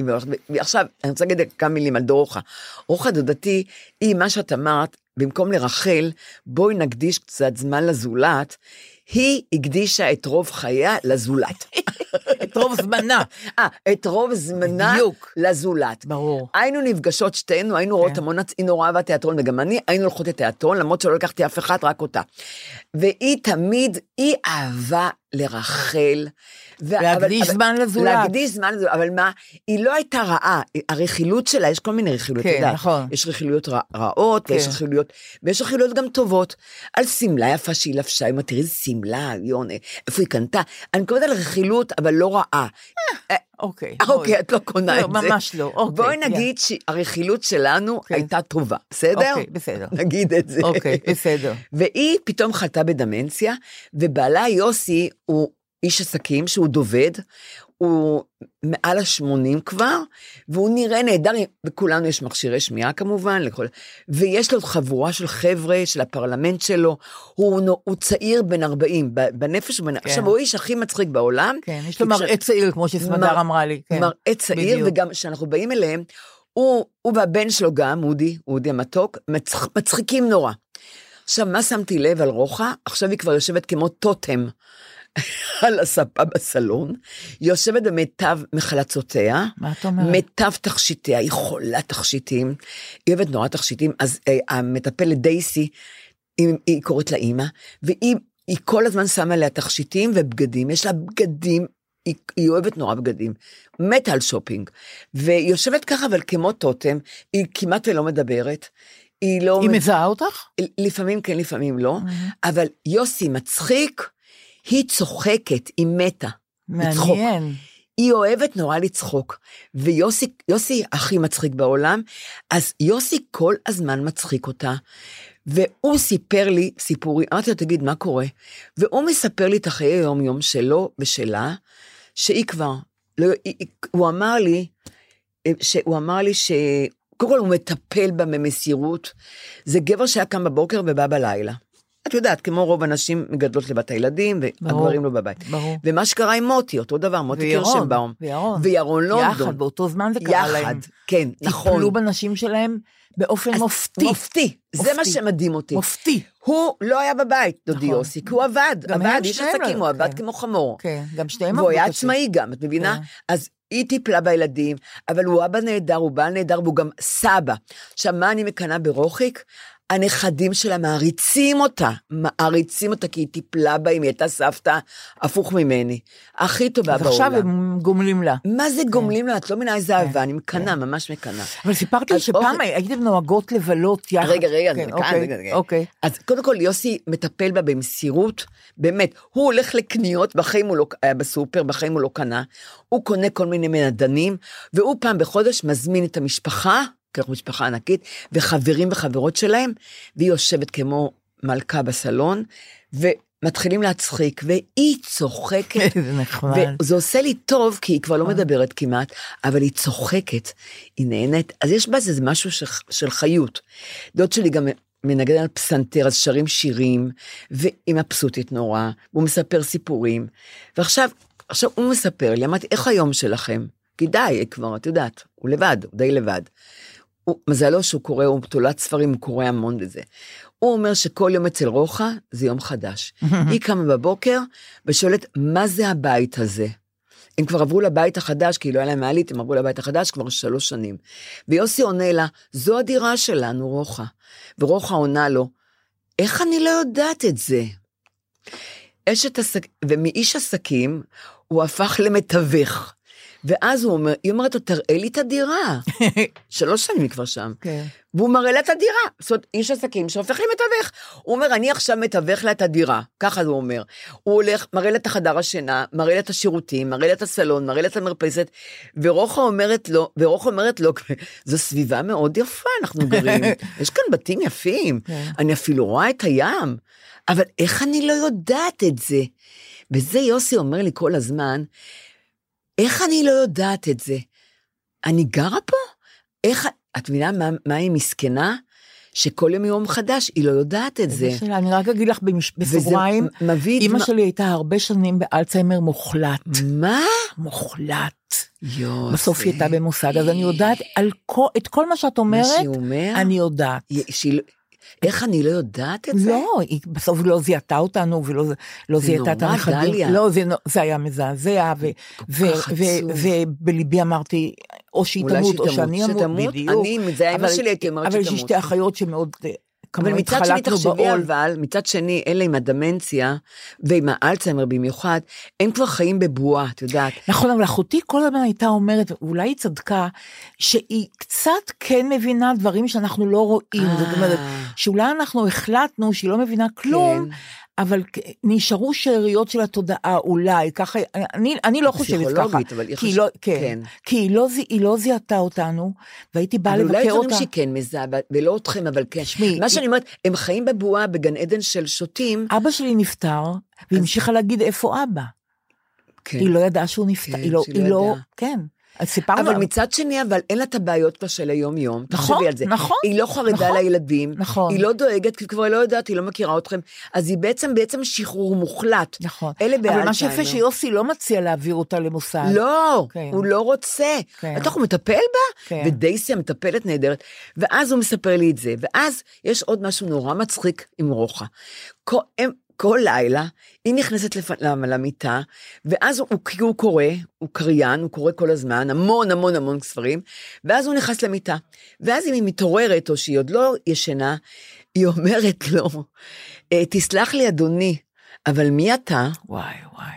עכשיו, אני רוצה להגיד כמה מילים על רוחה. רוחה דודתי, היא מה שאת אמרת, במקום לרחל, בואי נקדיש קצת זמן לזולת, היא הקדישה את רוב חייה לזולת. את רוב זמנה. אה, את רוב זמנה בדיוק. לזולת. ברור. היינו נפגשות שתינו, היינו רואות המון, היא נורא אהבה תיאטרון, וגם אני, היינו הולכות לתיאטרון, למרות שלא לקחתי אף אחד, רק אותה. והיא תמיד, היא אהבה לרחל, להקדיש זמן לזולת. להקדיש זמן לזולת, אבל מה, היא לא הייתה רעה, הרכילות שלה, יש כל מיני רכילויות, כן, נכון. יש רכילויות רעות, ויש רכילויות, ויש רכילויות גם טובות, על סמלה יפה שהיא לבשה, אם תראי איזה סמלה, יונה, איפה היא קנתה, אני קוראת על רכילות, אבל לא רעה. אוקיי. אוקיי, את לא קונה את זה. ממש לא. בואי נגיד שהרכילות שלנו הייתה טובה, בסדר? אוקיי, בסדר. נגיד את זה. אוקיי, בסדר. והיא פתאום חלתה בדמנציה, ובעלה יוסי הוא איש עסקים שהוא דובד, הוא מעל השמונים כבר, והוא נראה נהדר, וכולנו יש מכשירי שמיעה כמובן, לכל, ויש לו חבורה של חבר'ה, של הפרלמנט שלו, הוא, הוא צעיר בן ארבעים, בנפש, כן. עכשיו הוא האיש הכי מצחיק בעולם. כן, יש לו מראה צעיר, כמו שסמדר מר, אמרה לי. כן. מראה צעיר, בדיוק. וגם כשאנחנו באים אליהם, הוא, הוא והבן שלו גם, אודי, אודי המתוק, מצח, מצחיקים נורא. עכשיו, מה שמתי לב על רוחה? עכשיו היא כבר יושבת כמו טוטם, על הספה בסלון, היא יושבת במיטב מחלצותיה, מה את אומרת? מיטב תכשיטיה, היא חולה תכשיטים, היא אוהבת נורא תכשיטים, אז אה, המטפלת דייסי, היא, היא קוראת לה אימא, והיא היא כל הזמן שמה לה תכשיטים ובגדים, יש לה בגדים, היא, היא אוהבת נורא בגדים, מתה על שופינג, והיא יושבת ככה, אבל כמו טוטם, היא כמעט ולא מדברת, היא לא... היא מזהה אותך? לפעמים כן, לפעמים לא, אבל יוסי מצחיק, היא צוחקת, היא מתה. מעניין. היא אוהבת נורא לצחוק, ויוסי, יוסי הכי מצחיק בעולם, אז יוסי כל הזמן מצחיק אותה, והוא סיפר לי סיפורי, אמרתי לו, תגיד, מה קורה? והוא מספר לי את החיי היום יום שלו ושלה, שהיא כבר, לא, היא, הוא אמר לי, שהוא אמר לי ש... קודם כל הוא מטפל בה במסירות, זה גבר שהיה קם בבוקר ובא בלילה. את יודעת, כמו רוב אנשים מגדלות לבת הילדים, והגברים לא בבית. ברור. ומה שקרה עם מוטי, אותו דבר, מוטי קירשנבאום. וירון. וירון לונדון. יחד, באותו זמן זה קרה להם. יחד, כן, נכון. טיפלו בנשים שלהם באופן מופתי. מופתי, זה מה שמדהים אותי. מופתי. הוא לא היה בבית, דודי יוסי, כי הוא עבד. עבד, יש עסקים, הוא עבד כמו חמור. כן, גם שתיהם. והוא היה עצמאי גם, את מבינה? אז היא טיפלה בילדים, אבל הוא אבא נהדר, הוא בעל נהדר, והוא גם סבא. עכשיו, מה אני מקנה ברוחיק? הנכדים שלה מעריצים אותה, מעריצים אותה, כי היא טיפלה בה, אם היא הייתה סבתא, הפוך ממני. הכי טובה בעולם. אז עכשיו הם גומלים לה. מה זה גומלים לה? את לא מבינה איזה אהבה, אני מקנה, ממש מקנה. אבל סיפרת לי שפעם הייתם נוהגות לבלות יחד. רגע, רגע, כאן, אז קודם כל, יוסי מטפל בה במסירות, באמת, הוא הולך לקניות, בחיים הוא לא, בסופר, בחיים הוא לא קנה, הוא קונה כל מיני מנדנים, והוא פעם בחודש מזמין את המשפחה, אנחנו משפחה ענקית, וחברים וחברות שלהם, והיא יושבת כמו מלכה בסלון, ומתחילים להצחיק, והיא צוחקת. זה נחמד. וזה עושה לי טוב, כי היא כבר לא מדברת כמעט, אבל היא צוחקת, היא נהנית, אז יש בה איזה משהו של חיות. דוד שלי גם מנגד על פסנתר, אז שרים שירים, והיא מבסוטית נורא, והוא מספר סיפורים, ועכשיו, עכשיו הוא מספר לי, אמרתי, איך היום שלכם? כי די, כבר, את יודעת, הוא לבד, הוא די לבד. מזלו שהוא קורא, הוא תולת ספרים, הוא קורא המון בזה. הוא אומר שכל יום אצל רוחה זה יום חדש. היא קמה בבוקר ושואלת, מה זה הבית הזה? הם כבר עברו לבית החדש, כי לא היה להם מעלית, הם עברו לבית החדש כבר שלוש שנים. ויוסי עונה לה, זו הדירה שלנו, רוחה. ורוחה עונה לו, איך אני לא יודעת את זה? אשת עסק... ומאיש עסקים, הוא הפך למתווך. ואז הוא אומר, היא אומרת לו, תראה לי את הדירה. שלוש שנים היא כבר שם. כן. והוא מראה לה את הדירה. זאת אומרת, איש עסקים שהופך למתווך. הוא אומר, אני עכשיו מתווך לה את הדירה. ככה הוא אומר. הוא הולך, מראה לה את החדר השינה, מראה לה את השירותים, מראה לה את הסלון, מראה לה את המרפסת, ורוחה אומרת לו, ורוחה אומרת לו, זו סביבה מאוד יפה, אנחנו גרים. יש כאן בתים יפים. אני אפילו רואה את הים. אבל איך אני לא יודעת את זה? וזה יוסי אומר לי כל הזמן, איך אני לא יודעת את זה? אני גרה פה? איך, את מבינה מה, מה היא מסכנה? שכל יום יום חדש, היא לא יודעת את זה. שאלה, אני רק אגיד לך בסוגריים, אמא שלי הייתה הרבה שנים באלצהיימר מוחלט. מה? מוחלט. יוסי. בסוף היא הייתה במוסד, אז אני יודעת על כל, את כל מה שאת אומרת, מה שהיא אומר? אני יודעת. שהיא... איך אני לא יודעת את זה? לא, היא בסוף לא זיהתה אותנו, ולא לא זיהתה את הנכדים. זה נורא, דליה. לא, זה, זה היה מזעזע, ו, ו, ו, ובליבי אמרתי, או שהיא תמות, או שאני אמות, בדיוק. אני, זה היה אמא שלי, הייתי אמרת שתמות. אבל יש שתי אחיות שמאוד... אבל מצד שני תחשבי אבל, מצד שני, אלה עם הדמנציה, ועם האלצהיימר במיוחד, הם כבר חיים בבועה, את יודעת. נכון, אבל אחותי כל הזמן הייתה אומרת, ואולי היא צדקה, שהיא קצת כן מבינה דברים שאנחנו לא רואים, זאת אומרת, שאולי אנחנו החלטנו שהיא לא מבינה כלום, אבל נשארו שאריות של התודעה, אולי, ככה, אני, אני לא חושבת ככה, כי, לא, כן, כן. כי היא לא, היא לא זיהתה אותנו, והייתי באה לבקר אותה. אולי דברים שהיא כן מזהה, ולא אתכם, אבל כן. שמי, מה שאני אומרת, הם חיים בבועה, בגן עדן של שוטים. אבא שלי נפטר, והמשיכה להגיד איפה אבא. היא לא ידעה שהוא נפטר, היא לא, כן. אבל מצד שני, אבל אין לה את הבעיות כבר של היום יום, נכון, נכון. היא לא חרדה לילדים, היא לא דואגת, כי כבר לא יודעת, היא לא מכירה אתכם, אז היא בעצם בעצם שחרור מוחלט. נכון. אבל מה שיפה שיוסי לא מציע להעביר אותה למוסד. לא, הוא לא רוצה. אתה הוא מטפל בה, ודייסי המטפלת נהדרת, ואז הוא מספר לי את זה, ואז יש עוד משהו נורא מצחיק עם רוחה. הם כל לילה, היא נכנסת למיטה, ואז הוא, הוא קורא, הוא קריין, הוא קורא כל הזמן, המון המון המון ספרים, ואז הוא נכנס למיטה, ואז אם היא מתעוררת, או שהיא עוד לא ישנה, היא אומרת לו, תסלח לי אדוני, אבל מי אתה? וואי וואי.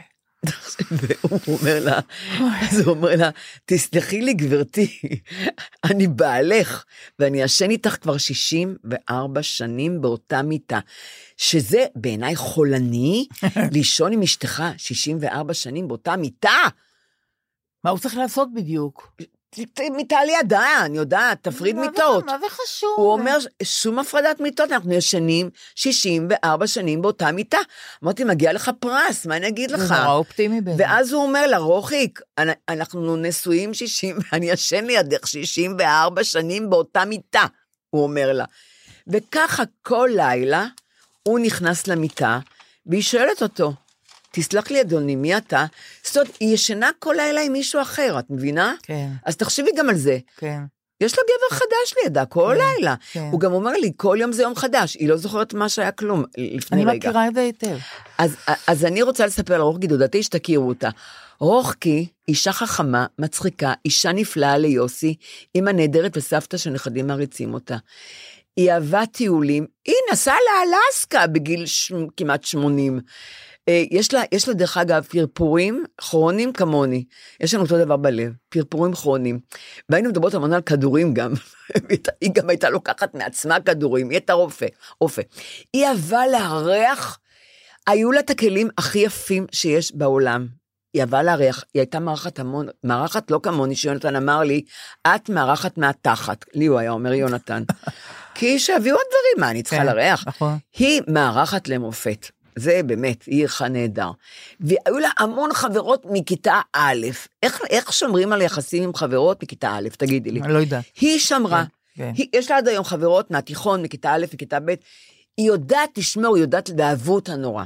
והוא אומר לה, אז הוא אומר לה, תסלחי לי גברתי, אני בעלך, ואני ישן איתך כבר שישים וארבע שנים באותה מיטה, שזה בעיניי חולני, לישון עם אשתך שישים וארבע שנים באותה מיטה. מה הוא צריך לעשות בדיוק? מיטה לידה, אני יודעת, תפריד מיטות. מה זה חשוב? הוא אומר, שום הפרדת מיטות, אנחנו ישנים שישים וארבע שנים באותה מיטה. אמרתי, מגיע לך פרס, מה אני אגיד לך? זה נורא אופטימי בעיניי. ואז הוא אומר לה, רוחיק, אנחנו נשואים שישים, ואני ישן לידך שישים וארבע שנים באותה מיטה, הוא אומר לה. וככה כל לילה, הוא נכנס למיטה, והיא שואלת אותו, תסלח לי אדוני, מי אתה? זאת אומרת, היא ישנה כל לילה עם מישהו אחר, את מבינה? כן. אז תחשבי גם על זה. כן. יש לה גבר חדש לידה, כל כן, לילה. כן. הוא גם אומר לי, כל יום זה יום חדש, היא לא זוכרת מה שהיה כלום לפני אני רגע. מכירה את זה היטב. אז, אז אני רוצה לספר על רוחקי, דודתי שתכירו אותה. רוחקי, אישה חכמה, מצחיקה, אישה נפלאה ליוסי, אמא נהדרת וסבתא שנכדים מריצים אותה. היא אהבה טיולים, היא נסעה לאלסקה בגיל ש... כמעט שמונים. יש לה, יש לה דרך אגב פרפורים כרוניים כמוני, יש לנו אותו דבר בלב, פרפורים כרוניים, והיינו מדברות המון על כדורים גם, היא גם הייתה לוקחת מעצמה כדורים, היא הייתה רופא, רופא. היא אהבה להריח, היו לה את הכלים הכי יפים שיש בעולם, היא אהבה להריח, היא הייתה מערכת המון, מערכת לא כמוני, שיונתן אמר לי, את מערכת מהתחת, לי הוא היה אומר יונתן, כי שהביאו עוד דברים, מה אני צריכה להריח? היא מערכת למופת. זה באמת, היא ערכה נהדר. והיו לה המון חברות מכיתה א', איך, איך שומרים על יחסים עם חברות מכיתה א', תגידי לי. אני לא יודעת. היא שמרה, כן, היא, יש לה עד היום חברות מהתיכון, מכיתה א', מכיתה ב', היא יודעת לשמור, היא יודעת לאהבו אותה נורא.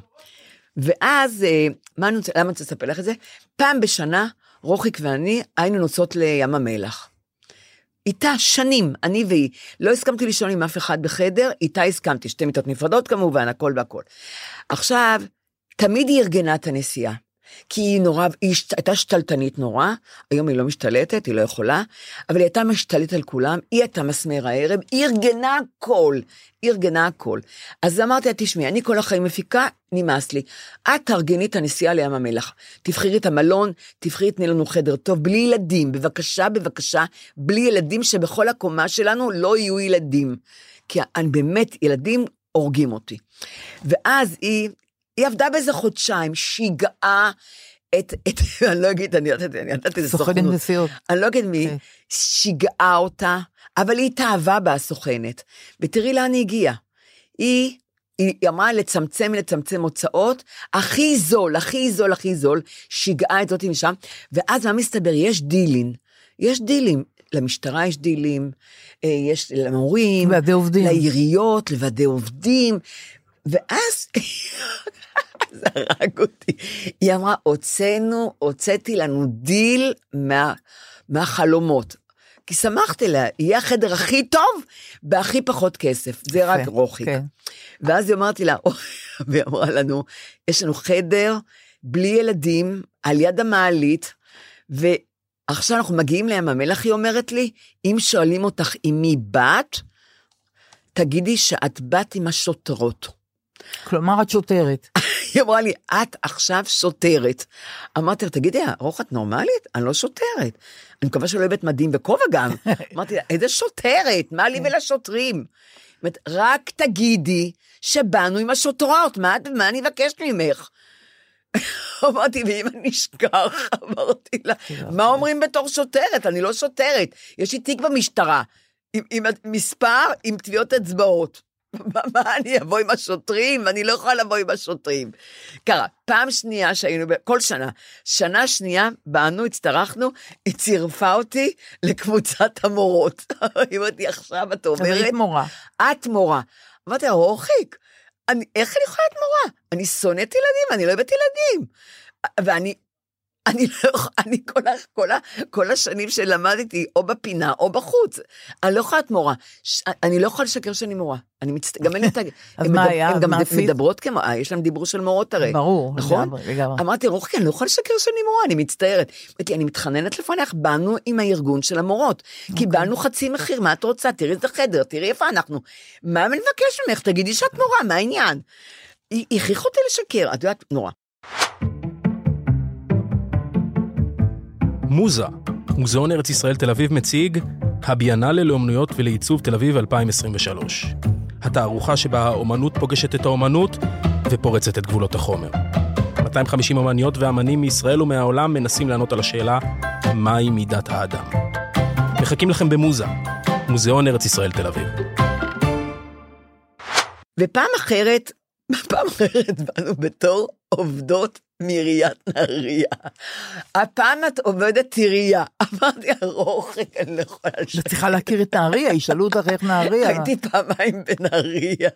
ואז, מה אני רוצה, למה אני רוצה לספר לך את זה? פעם בשנה, רוחיק ואני היינו נוצאות לים המלח. איתה שנים, אני והיא, לא הסכמתי לישון עם אף אחד בחדר, איתה הסכמתי, שתי מיטות נפרדות כמובן, הכל והכל. עכשיו, תמיד היא ארגנה את הנסיעה, כי היא נורא, היא הייתה שתלטנית נורא, היום היא לא משתלטת, היא לא יכולה, אבל היא הייתה משתלטת על כולם, היא הייתה מסמר הערב, היא ארגנה הכל, היא ארגנה הכל. אז אמרתי, תשמעי, אני כל החיים מפיקה, נמאס לי, את תארגני את הנסיעה לים המלח, תבחרי את המלון, תבחרי, תני לנו חדר טוב, בלי ילדים, בבקשה, בבקשה, בלי ילדים שבכל הקומה שלנו לא יהיו ילדים, כי אני באמת, ילדים הורגים אותי. ואז היא, היא עבדה באיזה חודשיים, שיגעה את, את, אני לא אגיד, אני יודעת, אני יודעת איזה סוכנות, אני לא אגיד מי, שיגעה אותה, אבל היא התאהבה בה הסוכנת, ותראי לאן היא הגיעה, היא, היא אמרה לצמצם, לצמצם הוצאות, הכי זול, הכי זול, הכי זול, שיגעה את זאת משם, ואז מה מסתבר, יש דילין, יש דילים, למשטרה יש דילים, יש למורים, לעיריות, לוועדי עובדים, ואז זה הרג אותי, היא אמרה, הוצאנו, הוצאתי לנו דיל מה, מהחלומות, כי שמחתי לה, יהיה החדר הכי טוב, בהכי פחות כסף, זה רק רוחיק. ואז היא אמרתי לה, והיא אמרה לנו, יש לנו חדר, בלי ילדים, על יד המעלית, ועכשיו אנחנו מגיעים לים המלח, היא אומרת לי, אם שואלים אותך עם מי בת, תגידי שאת בת עם השוטרות. כלומר, את שוטרת. היא אמרה לי, את עכשיו שוטרת. אמרתי לה, תגידי, רוח, את נורמלית? אני לא שוטרת. אני מקווה שלא הבאת מדים וכובע גם. אמרתי לה, איזה שוטרת? מה לי ולשוטרים? רק תגידי שבאנו עם השוטרות, מה, מה אני אבקש ממך? אמרתי, ואם אני אשכח, אמרתי לה, מה אומרים בתור שוטרת? אני לא שוטרת. יש לי תיק במשטרה, עם, עם מספר, עם טביעות אצבעות. מה אני אבוא עם השוטרים? אני לא יכולה לבוא עם השוטרים. קרה, פעם שנייה שהיינו, כל שנה, שנה שנייה, באנו, הצטרחנו, היא צירפה אותי לקבוצת המורות. היא אומרת לי, עכשיו את אומרת... את מורה. את מורה. אמרתי, רוחיק, אני, איך אני יכולה להיות מורה? אני שונאת ילדים, אני לא אוהבת ילדים. ואני... אני לא יכולה, אני כל, כל, כל השנים שלמדתי, או בפינה, או בחוץ, אני לא יכולה להיות מורה, ש, אני לא יכולה לשקר שאני מורה, אני מצט... גם אני... אז מה היה? הן גם מדברות כמו, יש להם דיבור של מורות הרי. ברור. נכון? אמרתי, רוחי, אני לא יכולה לשקר שאני מורה, אני מצטערת. אמרתי, אני מתחננת לפניך, באנו עם הארגון של המורות, קיבלנו חצי מחיר, מה את רוצה? תראי את החדר, תראי איפה אנחנו. מה אני מבקש ממך? תגידי שאת מורה, מה העניין? היא הכריחה אותי לשקר, את יודעת, נורא. מוזה, מוזיאון ארץ ישראל תל אביב מציג הביאנלה לאומנויות ולעיצוב תל אביב אלפיים עשרים ושלוש. התערוכה שבה האומנות פוגשת את האומנות ופורצת את גבולות החומר. מאתיים וחמישים אומניות ואמנים מישראל ומהעולם מנסים לענות על השאלה מהי מידת האדם. מחכים לכם במוזה, מוזיאון ארץ ישראל תל אביב. ופעם אחרת, פעם אחרת באנו בתור עובדות מעיריית נהריה. הפעם את עובדת עירייה. אמרתי, הרוחק, אני לא יכולה לשאול. את צריכה להכיר את נהריה, ישאלו אותך איך נהריה. הייתי פעמיים בנהריה.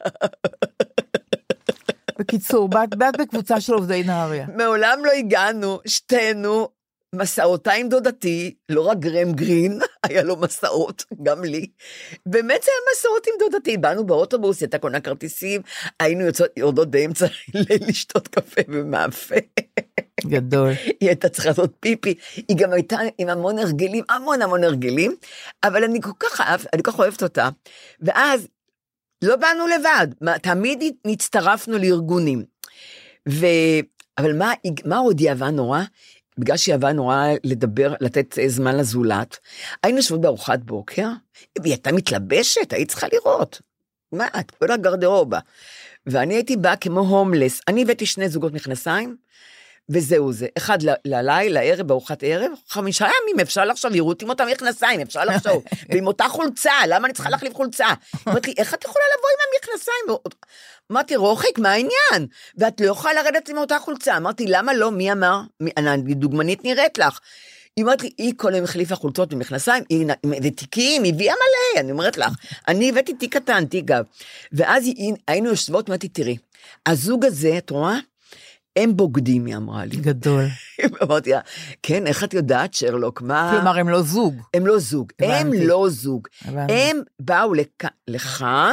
בקיצור, באת בקבוצה של עובדי נהריה. מעולם לא הגענו, שתינו, מסעותיים דודתי, לא רק גרם גרין, היה לו מסעות, גם לי. באמת זה היה מסעות עם דודתי, באנו באוטובוס, הייתה קונה כרטיסים, היינו יוצאות, יורדות באמצע לשתות קפה ומאפה. גדול. היא הייתה צריכה לעשות פיפי, היא גם הייתה עם המון הרגלים, המון המון הרגלים, אבל אני כל כך אהב, אני כל כך אוהבת אותה, ואז לא באנו לבד, תמיד נצטרפנו לארגונים, ו... אבל מה, מה עוד היא אהבה נורא? בגלל שהיא אהבה נורא לדבר, לתת זמן לזולת, היינו שבות בארוחת בוקר, והיא הייתה מתלבשת, היית צריכה לראות. מה, את כל הגרדרובה. ואני הייתי באה כמו הומלס, אני הבאתי שני זוגות מכנסיים, וזהו זה, אחד ללילה, לערב, בארוחת ערב, חמישה ימים, אפשר לחשוב, יראו עם אותם מכנסיים, אפשר לחשוב, ועם אותה חולצה, למה אני צריכה להחליף חולצה? אמרתי לי, איך את יכולה לבוא עם המכנסיים? אמרתי, רוחק, מה העניין? ואת לא יכולה לרדת עם אותה חולצה. אמרתי, למה לא? מי אמר? אני דוגמנית נראית לך. היא אומרת לי, היא כל היום החליפה חולצות ומכנסיים, ותיקים, היא הביאה מלא, אני אומרת לך, אני הבאתי תיק קטן, תיק גב. ואז היינו יושבות, אמרתי, תראי, הזוג הזה, את רואה? הם בוגדים, היא אמרה לי. גדול. אמרתי לה, כן, איך את יודעת, שרלוק, מה... כלומר, הם לא זוג. הם לא זוג, הם לא זוג. הם באו לכאן,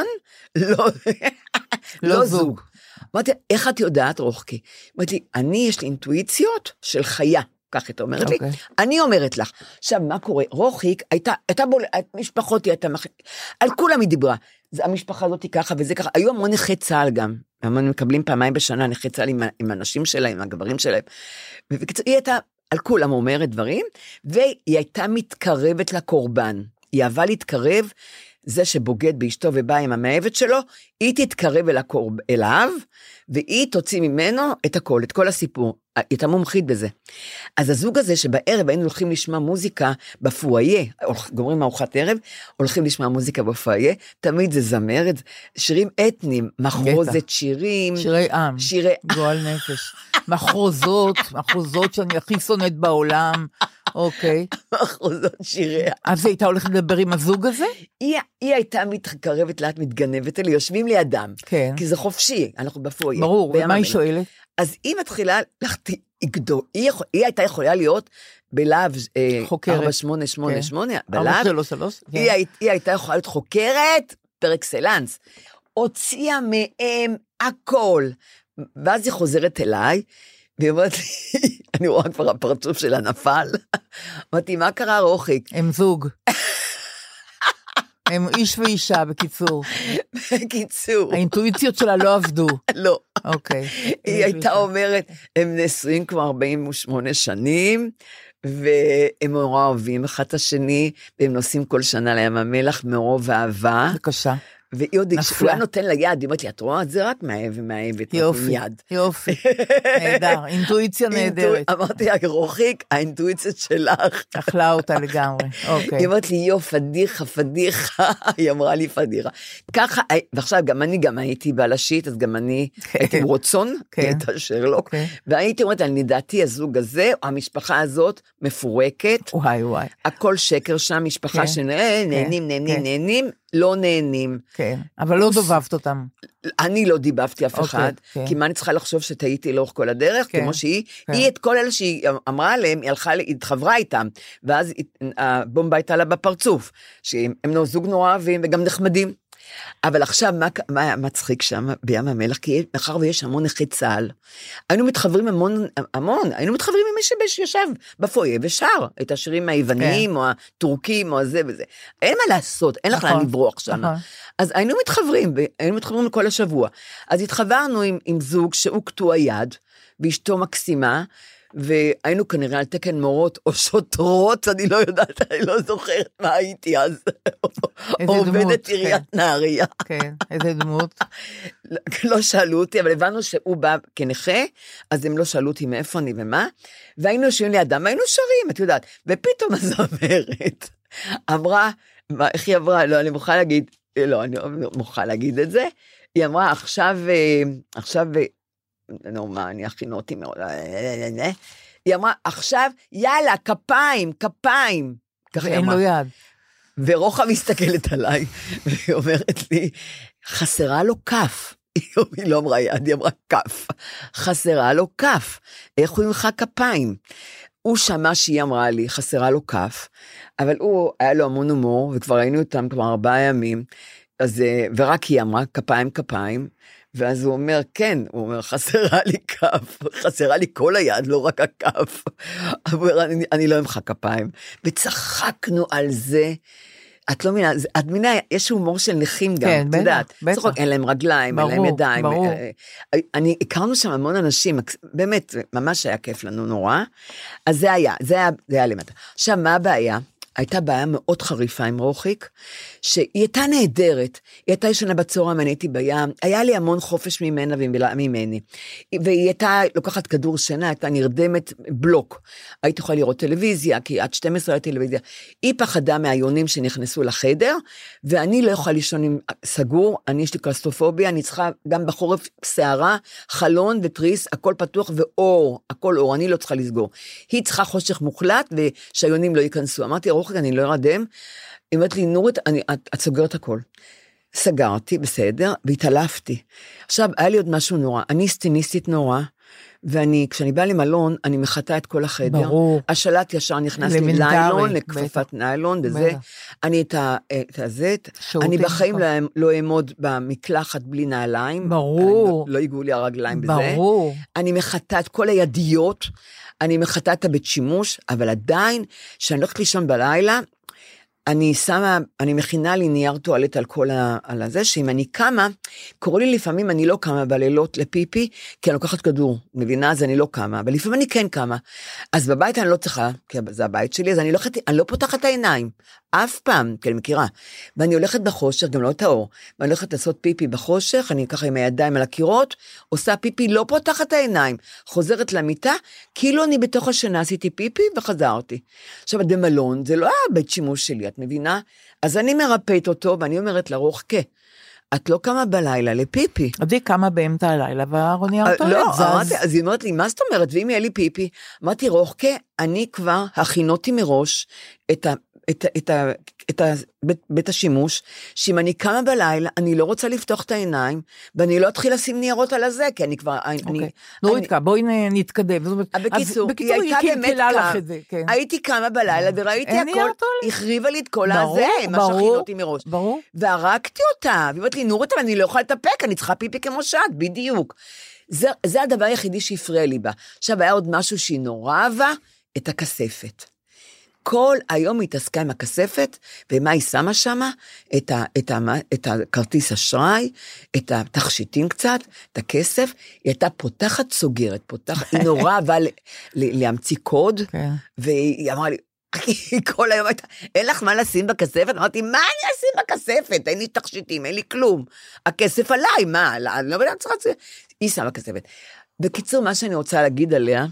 לא זוג. אמרתי, איך את יודעת, רוחקי? אמרתי לי, אני, יש לי אינטואיציות של חיה, כך אתה אומרת לי, אני אומרת לך, עכשיו, מה קורה? רוחיק, הייתה בו, משפחותי, על כולם היא דיברה, המשפחה הזאת היא ככה וזה ככה, היו המון נכי צהל גם, הם מקבלים פעמיים בשנה נכי צהל עם, עם האנשים שלהם, עם הגברים שלהם, ובקצור, היא הייתה על כולם אומרת דברים, והיא הייתה מתקרבת לקורבן, היא אהבה להתקרב, זה שבוגד באשתו ובא עם המאהבת שלו, היא תתקרב אל הקורב, אליו, והיא תוציא ממנו את הכל, את כל הסיפור, היא הייתה מומחית בזה. אז הזוג הזה שבערב היינו הולכים לשמוע מוזיקה בפואיה, גומרים ארוחת ערב, הולכים לשמוע מוזיקה בפואיה, תמיד זה זמרת, שירים אתניים, מחרוזת שירים. שירי עם, שירי... גועל נפש. מחרוזות, מחרוזות שאני הכי שונאת בעולם, אוקיי. מחרוזות שירי. אז היא הייתה הולכת לדבר עם הזוג הזה? היא, היא הייתה מתקרבת לאט, מתגנבת אלי, יושבים לידם. כן. כי זה חופשי, אנחנו בפואיה. ברור, ומה היא שואלת? אז היא מתחילה, היא, היא, היא הייתה יכולה להיות בלהב ארבע שמונה שמונה שמונה, בלהב, היא, היא הייתה יכולה להיות חוקרת פר אקסלנס, הוציאה מהם הכל, ואז היא חוזרת אליי, והיא אומרת לי, אני רואה כבר הפרצוף שלה נפל, אמרתי, מה קרה רוחק? הם זוג. הם איש ואישה, בקיצור. בקיצור. האינטואיציות שלה לא עבדו. לא. אוקיי. היא הייתה אומרת, הם נשואים כבר ארבעים ושמונה שנים, והם נורא אוהבים אחד את השני, והם נוסעים כל שנה לים המלח מרוב אהבה. בבקשה. והיא עוד, כשהוא היה נותן לה יד, היא אומרת לי, את רואה, זה רק מהאהב ומהאהבת, יופי, יופי, נהדר, אינטואיציה נהדרת. אמרתי לה, רוחיק, האינטואיציה שלך. אכלה אותה לגמרי, אוקיי. היא אמרת לי, יו, פדיחה, פדיחה, היא אמרה לי פדיחה. ככה, ועכשיו גם אני גם הייתי בלשית, אז גם אני הייתי רוצון, הייתה שרלוק, והייתי אומרת, אני דעתי, הזוג הזה, המשפחה הזאת מפורקת, וואי וואי. הכל שקר שם, משפחה שנהנים, נהנים, נהנים, לא נהנים. כן, אבל לא דובבת אותם. אני לא דיבבתי אף אחד, כי מה אני צריכה לחשוב שטעיתי לאורך כל הדרך, כמו שהיא, היא את כל אלה שהיא אמרה עליהם, היא הלכה, היא התחברה איתם, ואז הבומבה הייתה לה בפרצוף, שהם זוג נורא אוהבים וגם נחמדים. אבל עכשיו, מה, מה מצחיק שם בים המלח? כי מאחר ויש המון נכי צהל, היינו מתחברים המון, המון, היינו מתחברים עם מי שישב בפויה ושר את השירים היווניים, כן. או הטורקים, או זה וזה. אין מה לעשות, אין לך לאן לברוח שם. נכון. אז היינו מתחברים, היינו מתחברים כל השבוע. אז התחברנו עם, עם זוג שהוא קטוע יד, ואשתו מקסימה, והיינו כנראה על תקן מורות או שוטרות, אני לא יודעת, אני לא זוכרת מה הייתי אז. עובדת עיריית נהריה. כן, איזה דמות. לא שאלו אותי, אבל הבנו שהוא בא כנכה, אז הם לא שאלו אותי מאיפה אני ומה, והיינו יושבים לידם, היינו שרים, את יודעת, ופתאום הזמרת אמרה, איך היא אמרה? לא, אני מוכרחה להגיד, לא, אני מוכרחה להגיד את זה, היא אמרה, עכשיו, עכשיו, נו מה, אני הכינותי מאוד, היא אמרה, עכשיו, יאללה, כפיים, כפיים. ואין לו יד. ורוחה מסתכלת עליי, והיא אומרת לי, חסרה לו כף. היא לא אמרה יד, היא אמרה כף. חסרה לו כף. איך הוא ימחא כפיים? הוא שמע שהיא אמרה לי, חסרה לו כף, אבל הוא, היה לו המון הומור, וכבר היינו אותם כבר ארבעה ימים, אז, ורק היא אמרה, כפיים, כפיים, ואז הוא אומר, כן, הוא אומר, חסרה לי כף, חסרה לי כל היד, לא רק הכף, אבל אני, אני לא אמחא כפיים, וצחקנו על זה, את לא מבינה, את מבינה, יש הומור של נכים גם, כן, את יודעת, בטח. אין להם רגליים, ברור, אין להם ידיים, ברור. אני, הכרנו שם המון אנשים, באמת, ממש היה כיף לנו נורא, אז זה היה, זה היה, זה היה למטה. עכשיו, מה הבעיה? הייתה בעיה מאוד חריפה עם רוחיק, שהיא הייתה נהדרת, היא הייתה ישנה בצהריים, אני הייתי בים, היה לי המון חופש ממנה וממני, והיא הייתה לוקחת כדור שינה, הייתה נרדמת בלוק, הייתי יכולה לראות טלוויזיה, כי עד שתים עשרה הייתה טלוויזיה, היא פחדה מהיונים שנכנסו לחדר, ואני לא יכולה לישון עם סגור, אני יש לי קלסטרופוביה, אני צריכה גם בחורף שערה, חלון ותריס, הכל פתוח ואור, הכל אור, אני לא צריכה לסגור, היא צריכה חושך מוחלט, ושהיונים לא ייכנסו, אמרתי, אני לא ארדם, היא אומרת לי, נורית, אני, את, את סוגרת הכל. סגרתי, בסדר, והתעלפתי. עכשיו, היה לי עוד משהו נורא, אני סטיניסטית נורא, ואני, כשאני באה למלון, אני מחטא את כל החדר. ברור. השלט ישר נכנס לי ליילון, לכפפת ניילון, וזה, אני את הזה, אני בחיים לא, לא אעמוד במקלחת בלי נעליים. ברור. לא, לא יגעו לי הרגליים בזה. ברור. אני מחטא את כל הידיות, אני מחטא את הבית שימוש, אבל עדיין, כשאני הולכת לישון בלילה, אני שמה, אני מכינה לי נייר טואלט על כל ה, על הזה, שאם אני קמה, קורא לי לפעמים אני לא קמה בלילות לפיפי, כי אני לוקחת כדור, מבינה, אז אני לא קמה, אבל לפעמים אני כן קמה, אז בבית אני לא צריכה, כי זה הבית שלי, אז אני לא, אני לא פותחת את העיניים, אף פעם, כי אני מכירה, ואני הולכת בחושך, גם לא את האור, ואני הולכת לעשות פיפי בחושך, אני ככה עם הידיים על הקירות, עושה פיפי, לא פותחת את העיניים, חוזרת למיטה, כאילו אני בתוך השינה עשיתי פיפי וחזרתי. עכשיו, הדמלון, זה לא היה בית שימוש שלי, את מבינה? אז אני מרפאת אותו, ואני אומרת לרוחקה, את לא קמה בלילה לפיפי. עדי קמה באמצע הלילה, והרוני אותו לא, אמרתי, אז היא אומרת לי, מה זאת אומרת? ואם יהיה לי פיפי, אמרתי, רוחקה, אני כבר הכינותי מראש את ה... את, את, את, את בית, בית השימוש, שאם אני קמה בלילה, אני לא רוצה לפתוח את העיניים, ואני לא אתחיל לשים ניירות על הזה, כי אני כבר... אוקיי, נורידקה, בואי נתקדם. בקיצור, היא הייתה באמת קם, הייתי קמה בלילה, וראיתי הכל, החריבה לי את כל הזה, מה שהכינותי מראש. והרגתי אותה, והיא אומרת לי, נורית, אבל אני לא יכולה לתפק, אני צריכה פיפי כמו שאת, בדיוק. זה, זה הדבר היחידי שהפריע לי בה. עכשיו, היה עוד משהו שהיא נורא אהבה, את הכספת. כל היום היא התעסקה עם הכספת, ומה היא שמה שמה? את, ה, את, ה, את הכרטיס אשראי, את התכשיטים קצת, את הכסף, היא הייתה פותחת סוגרת, פותחת, היא נורא אהבה להמציא קוד, והיא אמרה לי, כל היום הייתה, אין לך מה לשים בכספת? אמרתי, מה אני אשים בכספת? אין לי תכשיטים, אין לי כלום. הכסף עליי, מה? אני לא יודעת, היא שמה בכספת. בקיצור, מה שאני רוצה להגיד עליה,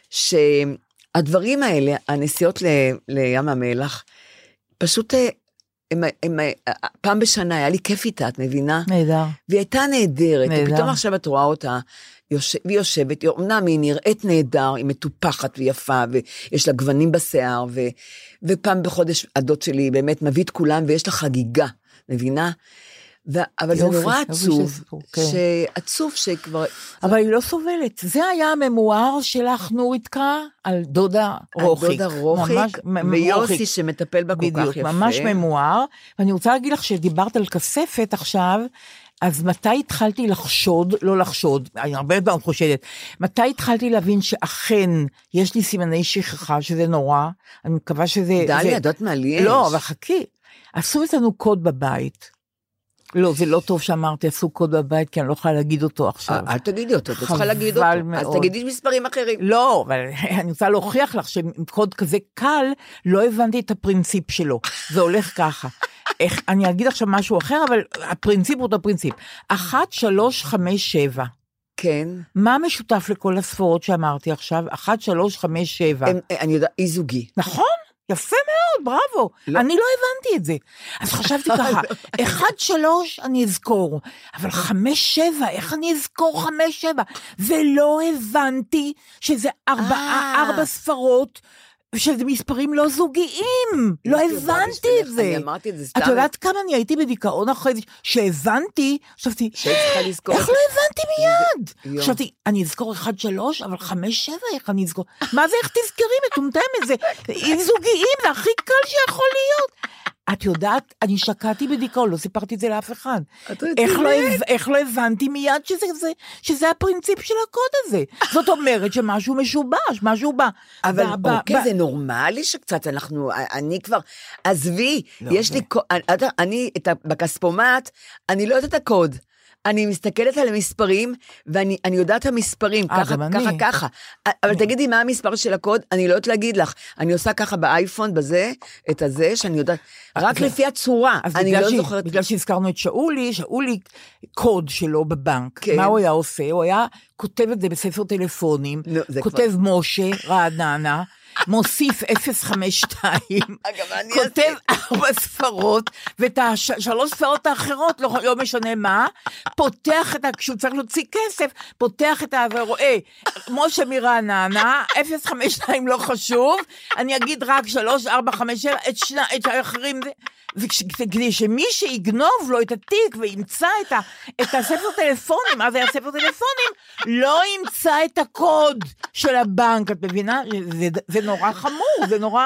שהדברים האלה, הנסיעות לים המלח, פשוט, הם, הם, פעם בשנה היה לי כיף איתה, את מבינה? נהדר. והיא הייתה נהדרת, נהדר. ופתאום עכשיו את רואה אותה, יושב, והיא יושבת, אמנם היא נראית נהדר, היא מטופחת ויפה, ויש לה גוונים בשיער, ו, ופעם בחודש הדוד שלי באמת מביא את כולם, ויש לה חגיגה, מבינה? ו, אבל יופי, זה נורא עצוב, כן. שעצוב שכבר... אבל היא לא סובלת, זה היה הממואר שלך נורית קרא, על דודה רוחיק. על דודה רוחיק, ויוסי שמטפל בה כל כך יפה. בדיוק, ממש ממואר, ואני רוצה להגיד לך שדיברת על כספת עכשיו, אז מתי התחלתי לחשוד, לא לחשוד, אני הרבה פעם חושדת, מתי התחלתי להבין שאכן יש לי סימני שכחה, שזה נורא, אני מקווה שזה... דליה, יודעת מה לי יש? לא, אבל חכי, עשו אצלנו קוד בבית, לא, זה לא טוב שאמרתי, עשו קוד בבית, כי אני לא יכולה להגיד אותו עכשיו. אל תגידי אותו, את צריכה להגיד אותו. אז תגידי מספרים אחרים. לא, אבל אני רוצה להוכיח לך שעם קוד כזה קל, לא הבנתי את הפרינציפ שלו. זה הולך ככה. אני אגיד עכשיו משהו אחר, אבל הפרינציפ הוא אותו פרינציפ. אחת, שלוש, חמש, שבע. כן. מה משותף לכל הספורות שאמרתי עכשיו? אחת, שלוש, חמש, שבע. אני יודעת, אי זוגי. נכון? יפה מאוד, בראבו. לא. אני לא הבנתי את זה. אז חשבתי ככה, אחד, שלוש, אני אזכור, אבל חמש, שבע, איך אני אזכור חמש, שבע? ולא הבנתי שזה ארבעה, ארבע ספרות, שזה מספרים לא זוגיים. לא הבנתי את זה. אני אמרתי את זה סתם. את יודעת כמה אני הייתי בדיכאון אחרי זה, שהבנתי, חשבתי, איך לא הבנתי מיד? חשבתי, אני אזכור אחד, שלוש, אבל חמש, שבע, איך אני אזכור? מה זה, איך תזכרי מטומטמת? זה זוגיים, זה הכי קל שיכול להיות. את יודעת, אני שקעתי בדיכאון, לא סיפרתי את זה לאף אחד. איך לא, איך לא הבנתי מיד שזה, שזה, שזה הפרינציפ של הקוד הזה? זאת אומרת שמשהו משובש, משהו בא. אבל בא, אוקיי, בא, זה נורמלי שקצת אנחנו, אני כבר, עזבי, לא, יש זה. לי, אני, אני את, בכספומט, אני לא יודעת את הקוד. אני מסתכלת על המספרים, ואני אני יודעת את המספרים, 아, ככה, ככה, ככה. אבל תגידי מה המספר של הקוד, אני לא יודעת להגיד לך. אני עושה ככה באייפון, בזה, את הזה, שאני יודעת, רק לפי הצורה. אני לא זוכרת. בגלל שהזכרנו את שאולי, שאולי קוד שלו בבנק, מה הוא היה עושה? הוא היה כותב את זה בספר טלפונים, כותב משה, רעננה, מוסיף אפס חמש שתיים, כותב ארבע ספרות, ואת השלוש ספרות האחרות, לא, לא משנה מה, פותח את, כשהוא צריך להוציא כסף, פותח את ורואה, משה מרעננה, אפס חמש שתיים לא חשוב, אני אגיד רק שלוש, ארבע, חמש, שבע, את שני, את האחרים, וכדי שמי שיגנוב לו את התיק, וימצא את, ה, את הספר טלפונים, אז היה ספר טלפונים, לא ימצא את הקוד של הבנק, את מבינה? זה, זה נורא חמור, זה נורא...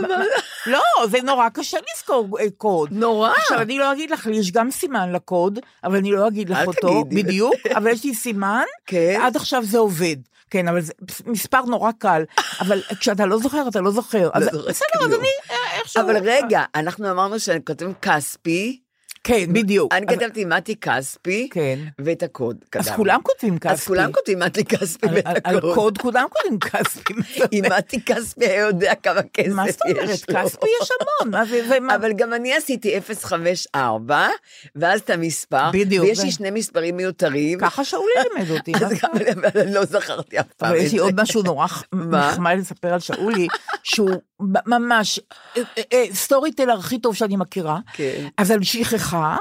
לא, זה נורא קשה לזכור קוד. נורא. עכשיו, אני לא אגיד לך, יש גם סימן לקוד, אבל אני לא אגיד לך אותו, בדיוק, אבל יש לי סימן, עד עכשיו זה עובד. כן, אבל זה מספר נורא קל, אבל כשאתה לא זוכר, אתה לא זוכר. בסדר, אז אני... אבל רגע, אנחנו אמרנו שאני כותבים כספי, כן, בדיוק. אני כתבתי מתי כספי, ואת הקוד. אז כולם כותבים כספי. אז כולם כותבים מתי כספי ואת הקוד. על קוד כולם כותבים כספי. אם מתי כספי היה יודע כמה כסף יש לו. מה זאת אומרת? כספי יש המון. אבל גם אני עשיתי אפס חמש ארבע, ואז את המספר, ויש לי שני מספרים מיותרים. ככה שאולי לימד אותי. אבל לא זכרתי אף פעם. אבל יש לי עוד משהו נורא נחמד לספר על שאולי, שהוא ממש סטורי טלר הכי טוב שאני מכירה, אז על שכחה,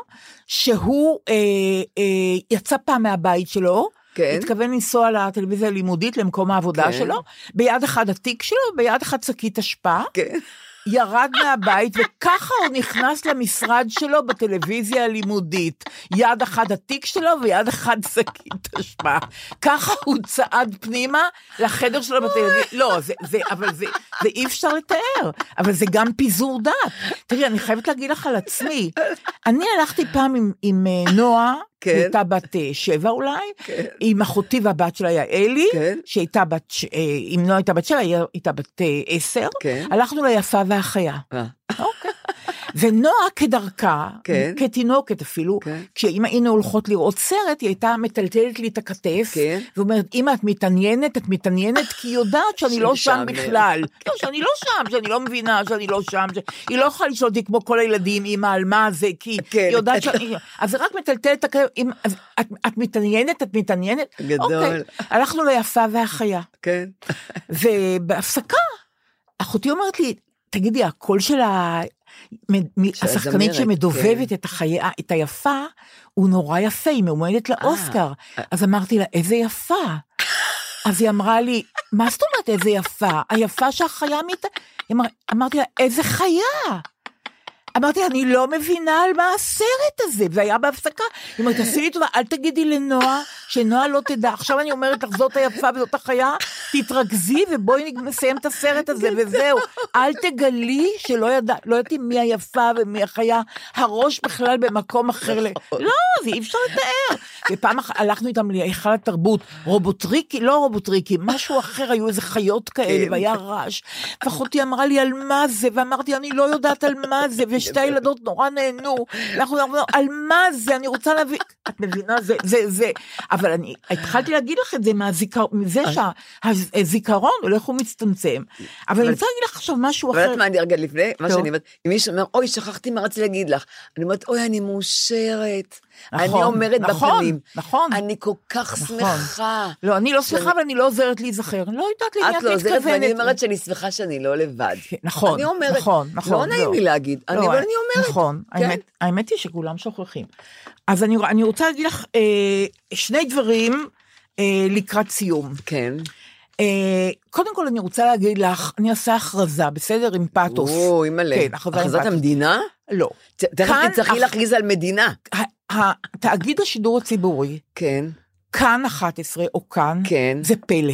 שהוא אה, אה, יצא פעם מהבית שלו, כן. התכוון לנסוע לטלוויזיה הלימודית למקום העבודה כן. שלו, ביד אחד התיק שלו, ביד אחד שקית השפעה, כן. ירד מהבית, וככה הוא נכנס למשרד שלו בטלוויזיה הלימודית. יד אחד התיק שלו, ויד אחד שקית השפעה. ככה הוא צעד פנימה לחדר שלו בטלוויזיה. לא, זה, זה, אבל זה, זה אי אפשר לתאר. אבל זה גם פיזור דעת. תראי, אני חייבת להגיד לך על עצמי. אני הלכתי פעם עם, עם נועה, כן. הייתה בת שבע אולי, כן. עם אחותי והבת שלה היה אלי, כן. שהייתה בת, אם נועה הייתה בת שבע, הייתה בת עשר, כן. הלכנו ליפה והחיה. אה. אוקיי. ונועה כדרכה, כן. כתינוקת אפילו, כן. כשאם היינו הולכות לראות סרט, היא הייתה מטלטלת לי את הכתף, כן. ואומרת, אמא, את מתעניינת, את מתעניינת, כי היא יודעת שאני לא שם בכלל. לא, שאני לא שם, שאני לא מבינה, שאני לא שם. היא לא יכולה לשאול אותי כמו כל הילדים, אמא, על מה זה, כי כן. היא יודעת שאני... אז זה רק מטלטלת את הכתף, את, את מתעניינת, את מתעניינת? גדול. אוקיי. הלכנו ליפה והחיה. כן. ובהפסקה, אחותי אומרת לי, תגידי, הקול של ה... השחקנית שמדובבת את החיה, את היפה, הוא נורא יפה, היא מעומדת לאוסקר. אז אמרתי לה, איזה יפה. אז היא אמרה לי, מה זאת אומרת איזה יפה? היפה שהחיה מת... אמרתי לה, איזה חיה? אמרתי, אני לא מבינה על מה הסרט הזה, זה היה בהפסקה. היא אומרת, תעשי לי טובה, אל תגידי לנועה, שנועה לא תדע. עכשיו אני אומרת לך, זאת היפה וזאת החיה, תתרכזי ובואי נסיים את הסרט הזה, וזהו. אל תגלי שלא ידע, לא ידעתי מי היפה ומי החיה, הראש בכלל במקום אחר. לא, זה אי אפשר לתאר. ופעם הלכנו איתם להיכל התרבות, רובוטריקי, לא רובוטריקי, משהו אחר, היו איזה חיות כאלה, והיה רעש. ואחותי אמרה לי, על מה זה? ואמרתי, אני לא יודעת על מה זה, ושתי הילדות נורא נהנו, אנחנו אמרנו, על מה זה? אני רוצה להביא, את מבינה, זה, זה, זה, אבל אני התחלתי להגיד לך את זה, מזה שהזיכרון הולך ומצטמצם, אבל אני רוצה להגיד לך עכשיו משהו אחר. אבל את מה אני רגע לפני, מה שאני אומרת, אם מישהו אומר, אוי, שכחתי מה רציתי להגיד לך, אני אומרת, אוי, אני מאושרת, אני אומרת בפנים, נכון, אני כל כך שמחה. לא, אני לא שמחה, אבל אני לא עוזרת להזכר, לא יודעת לי, את לא עוזרת, ואני אומרת שאני שמחה שאני לא לבד. נכון, נכון, נכון. לא נעים לי להגיד, אבל אני אומרת. נכון, האמת היא שכולם שוכחים. אז אני רוצה להגיד לך שני דברים לקראת סיום. כן. קודם כל אני רוצה להגיד לך, אני אעשה הכרזה, בסדר? עם פאטוס. או, אימא'לה. הכרזת המדינה? לא. תכף תצטרכי להכריז על מדינה. תאגיד השידור הציבורי. כן. כאן אחת עשרה או כאן. כן. זה פלא.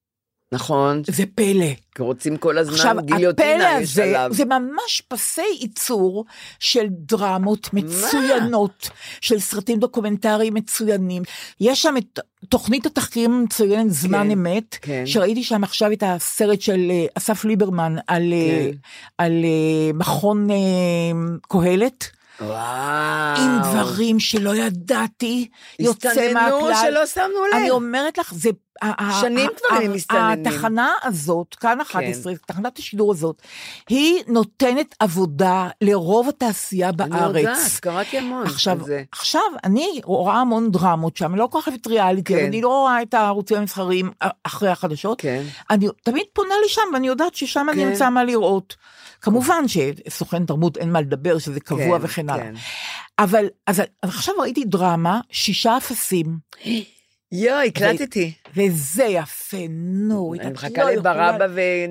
נכון. זה פלא. כי רוצים כל הזמן גיליוטינה יש עליו. זה ממש פסי ייצור של דרמות מצוינות, של סרטים דוקומנטריים מצוינים. יש שם את תוכנית התחקירים המצוינת זמן אמת, שראיתי שם עכשיו את הסרט של אסף ליברמן על מכון קהלת. וואו. עם דברים שלא ידעתי, יוצא מהכלל. הסתננו שלא שמנו לב. אני אומרת לך, זה... שנים כבר הם מסתננים. התחנה הזאת, כאן אחת עשרה, תחנת השידור הזאת, היא נותנת עבודה לרוב התעשייה בארץ. אני יודעת, קראתי המון עכשיו, על זה. עכשיו, אני רואה המון דרמות שם, אני לא כל כך אוהבת ריאליטי, כן. אני לא רואה את הערוצים המסחריים אחרי החדשות. כן. אני תמיד פונה לשם, ואני יודעת ששם כן. אני אמצא מה לראות. כמובן שסוכן תרבות אין מה לדבר, שזה קבוע כן, וכן הלאה. כן. אבל, אז עכשיו ראיתי דרמה, שישה אפסים. יואי, הקלטתי. וזה יפה, נו. אני מחכה לברבא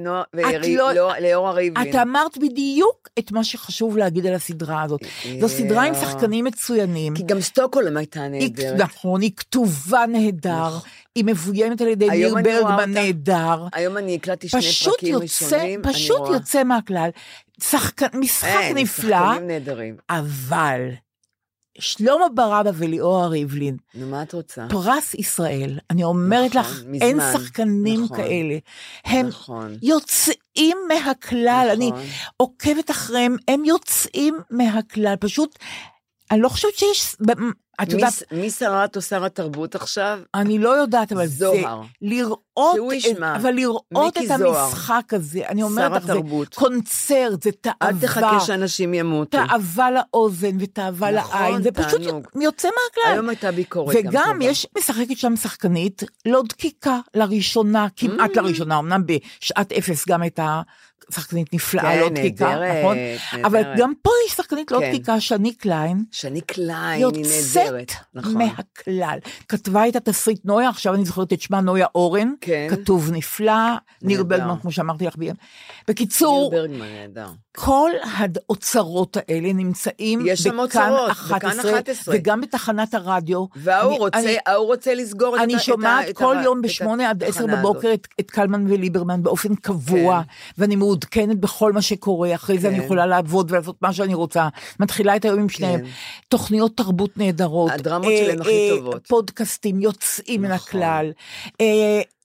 ולאור הריבלין. את אמרת בדיוק את מה שחשוב להגיד על הסדרה הזאת. זו סדרה עם שחקנים מצוינים. כי גם סטוקהולם הייתה נהדרת. נכון, היא כתובה נהדר, היא מבוימת על ידי ניר ברגמן נהדר. היום אני הקלטתי שני פרקים ראשונים. פשוט יוצא מהכלל. משחק נפלא, אבל... שלמה ברבא וליאור הריבלין. נו, מה את רוצה? פרס ישראל. אני אומרת נכון, לך, מזמן. אין שחקנים נכון, כאלה. הם נכון. יוצאים מהכלל. נכון. אני עוקבת אחריהם, הם יוצאים מהכלל. פשוט, אני לא חושבת שיש... את יודעת... מי שרת או שר התרבות עכשיו? אני לא יודעת, אבל זוהר. זה לראות... שהוא ישמע. אבל לראות את זוהר. המשחק הזה, אני אומרת לך, זה התרבות. קונצרט, זה תאווה. אל תחכה שאנשים ימותו. תאווה לאוזן ותאווה נכון, לעין, זה פשוט תענוג. יוצא מהכלל. היום הייתה ביקורת. וגם יש משחקת שם שחקנית, לא דקיקה לראשונה, כמעט mm. לראשונה, אמנם בשעת אפס גם הייתה שחקנית נפלאה, כן, לא דקיקה, נהדרת, נכון? נהדרת. אבל גם פה יש שחקנית לא כן. דקיקה, שני קליין, שני קליין, היא נהדרת. יוצאת נכון. מהכלל. כתבה את התסריט נויה, עכשיו אני זוכרת את שמה נויה אורן, כן. כתוב נפלא, ניר ברגמן, כמו שאמרתי לך ביים. בקיצור, ניר ברגמן, נהדר. כל האוצרות האלה נמצאים בכאן אחת עשרה, וגם בתחנת הרדיו. והוא רוצה, הוא רוצה לסגור את... אני שומעת כל יום בשמונה עד עשר בבוקר את קלמן וליברמן באופן קבוע, ואני מעודכנת בכל מה שקורה, אחרי זה אני יכולה לעבוד ולעשות מה שאני רוצה. מתחילה את היום עם שניהם. תוכניות תרבות נהדרות. הדרמות שלהם הכי טובות. פודקאסטים יוצאים מן הכלל.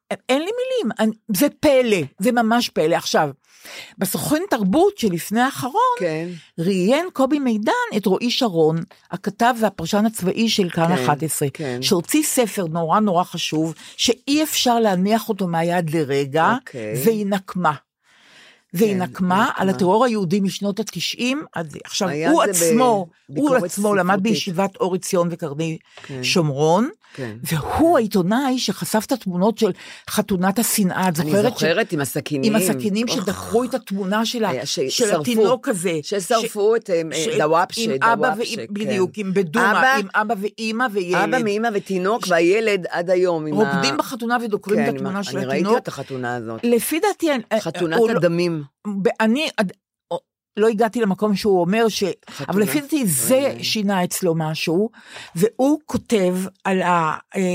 אין לי מילים, אני, זה פלא, זה ממש פלא. עכשיו, בסוכן תרבות שלפני האחרון, כן. ראיין קובי מידן את רועי שרון, הכתב והפרשן הצבאי של כאן כן, אחת עשרה, כן. שהוציא ספר נורא נורא חשוב, שאי אפשר להניח אותו מהיד לרגע, אוקיי. והיא נקמה. והיא כן, נקמה נקמה. על הטרור היהודי משנות התשעים, עכשיו הוא עצמו, הוא עצמו למד בישיבת אור עציון וקרני כן. שומרון, כן. והוא העיתונאי שחשף את התמונות של חתונת השנאה, את אני זוכרת? זוכרת ש... עם הסכינים. עם הסכינים אוח. שדקרו את התמונה שלה, ש... של התינוק הזה. ששרפו ש... את ש... דוואפשה. עם אבא ואמא, בדיוק, עם בדומה, אבא... עם אבא ואמא וילד. אבא מאמא ותינוק, ש... והילד עד היום. רוקדים ה... בחתונה ודוקרים כן, את התמונה של אני התינוק. ראיתי את החתונה הזאת. לפי דעתי... חתונת הדמים. אני... לא הגעתי למקום שהוא אומר ש... אבל לפי דעתי זה שינה אצלו משהו, והוא כותב על, ה...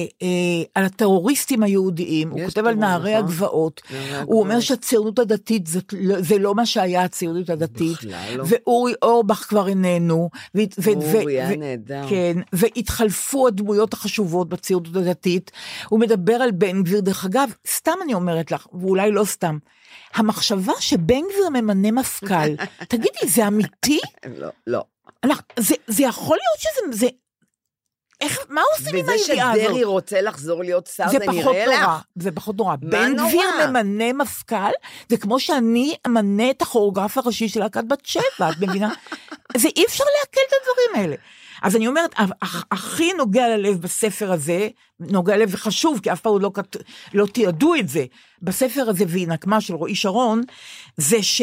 על הטרוריסטים היהודיים, הוא כותב על נערי הגבעות, הוא אומר שהציונות הדתית זה לא מה שהיה הציונות הדתית, ואורי אורבך כבר איננו, אורי היה נהדר. כן, והתחלפו הדמויות החשובות בציונות הדתית, הוא מדבר על בן גביר, דרך אגב, סתם אני אומרת לך, ואולי לא סתם, המחשבה שבן גביר ממנה מפכ"ל, תגידי, זה אמיתי? לא, לא. זה, זה יכול להיות שזה, זה, איך, מה עושים עם הידיעה הזאת? וזה שדרי רוצה לחזור להיות שר, זה, זה נראה לך? זה פחות נורא. בן גביר ממנה מפכ"ל, זה כמו שאני אמנה את הכוריאוגרף הראשי של להקת בת שבע, את מבינה? זה אי אפשר להקל את הדברים האלה. אז אני אומרת, הכי נוגע ללב בספר הזה, נוגע ללב וחשוב, כי אף פעם לא, לא תיעדו את זה, בספר הזה והיא נקמה של רועי שרון, זה ש,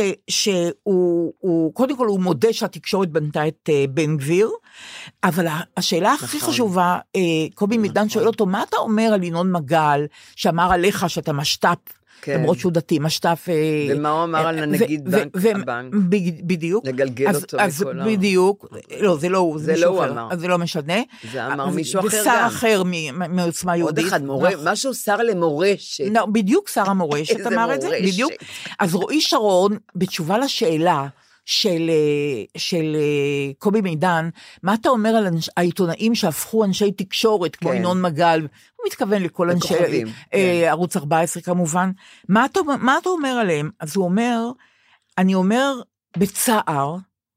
שהוא, הוא, קודם כל הוא מודה שהתקשורת בנתה את uh, בן גביר, אבל השאלה הכי חשובה, uh, קובי מידן שואל אותו, מה אתה אומר על ינון מגל, שאמר עליך שאתה משת"פ, כן. למרות שהוא דתי, משתף... ומה הוא אמר על הנגיד בנק, הבנק? בדיוק. לגלגל אז, אותו אז מכל בדיוק, לא, זה לא הוא, זה, זה לא הוא אמר. אז זה לא משנה. זה אמר מישהו אחר גם. זה שר אחר מעוצמה יהודית. עוד אחד, מורה, משהו שר למורשת. לא, בדיוק שר המורשת אמר את זה, בדיוק. אז רועי שרון, בתשובה לשאלה, של, של קובי מידן, מה אתה אומר על העיתונאים שהפכו אנשי תקשורת, כמו ינון מגל, הוא מתכוון לכל אנשי ערוץ ארבע עשרה כמובן, מה אתה, מה אתה אומר עליהם? אז הוא אומר, אני אומר בצער,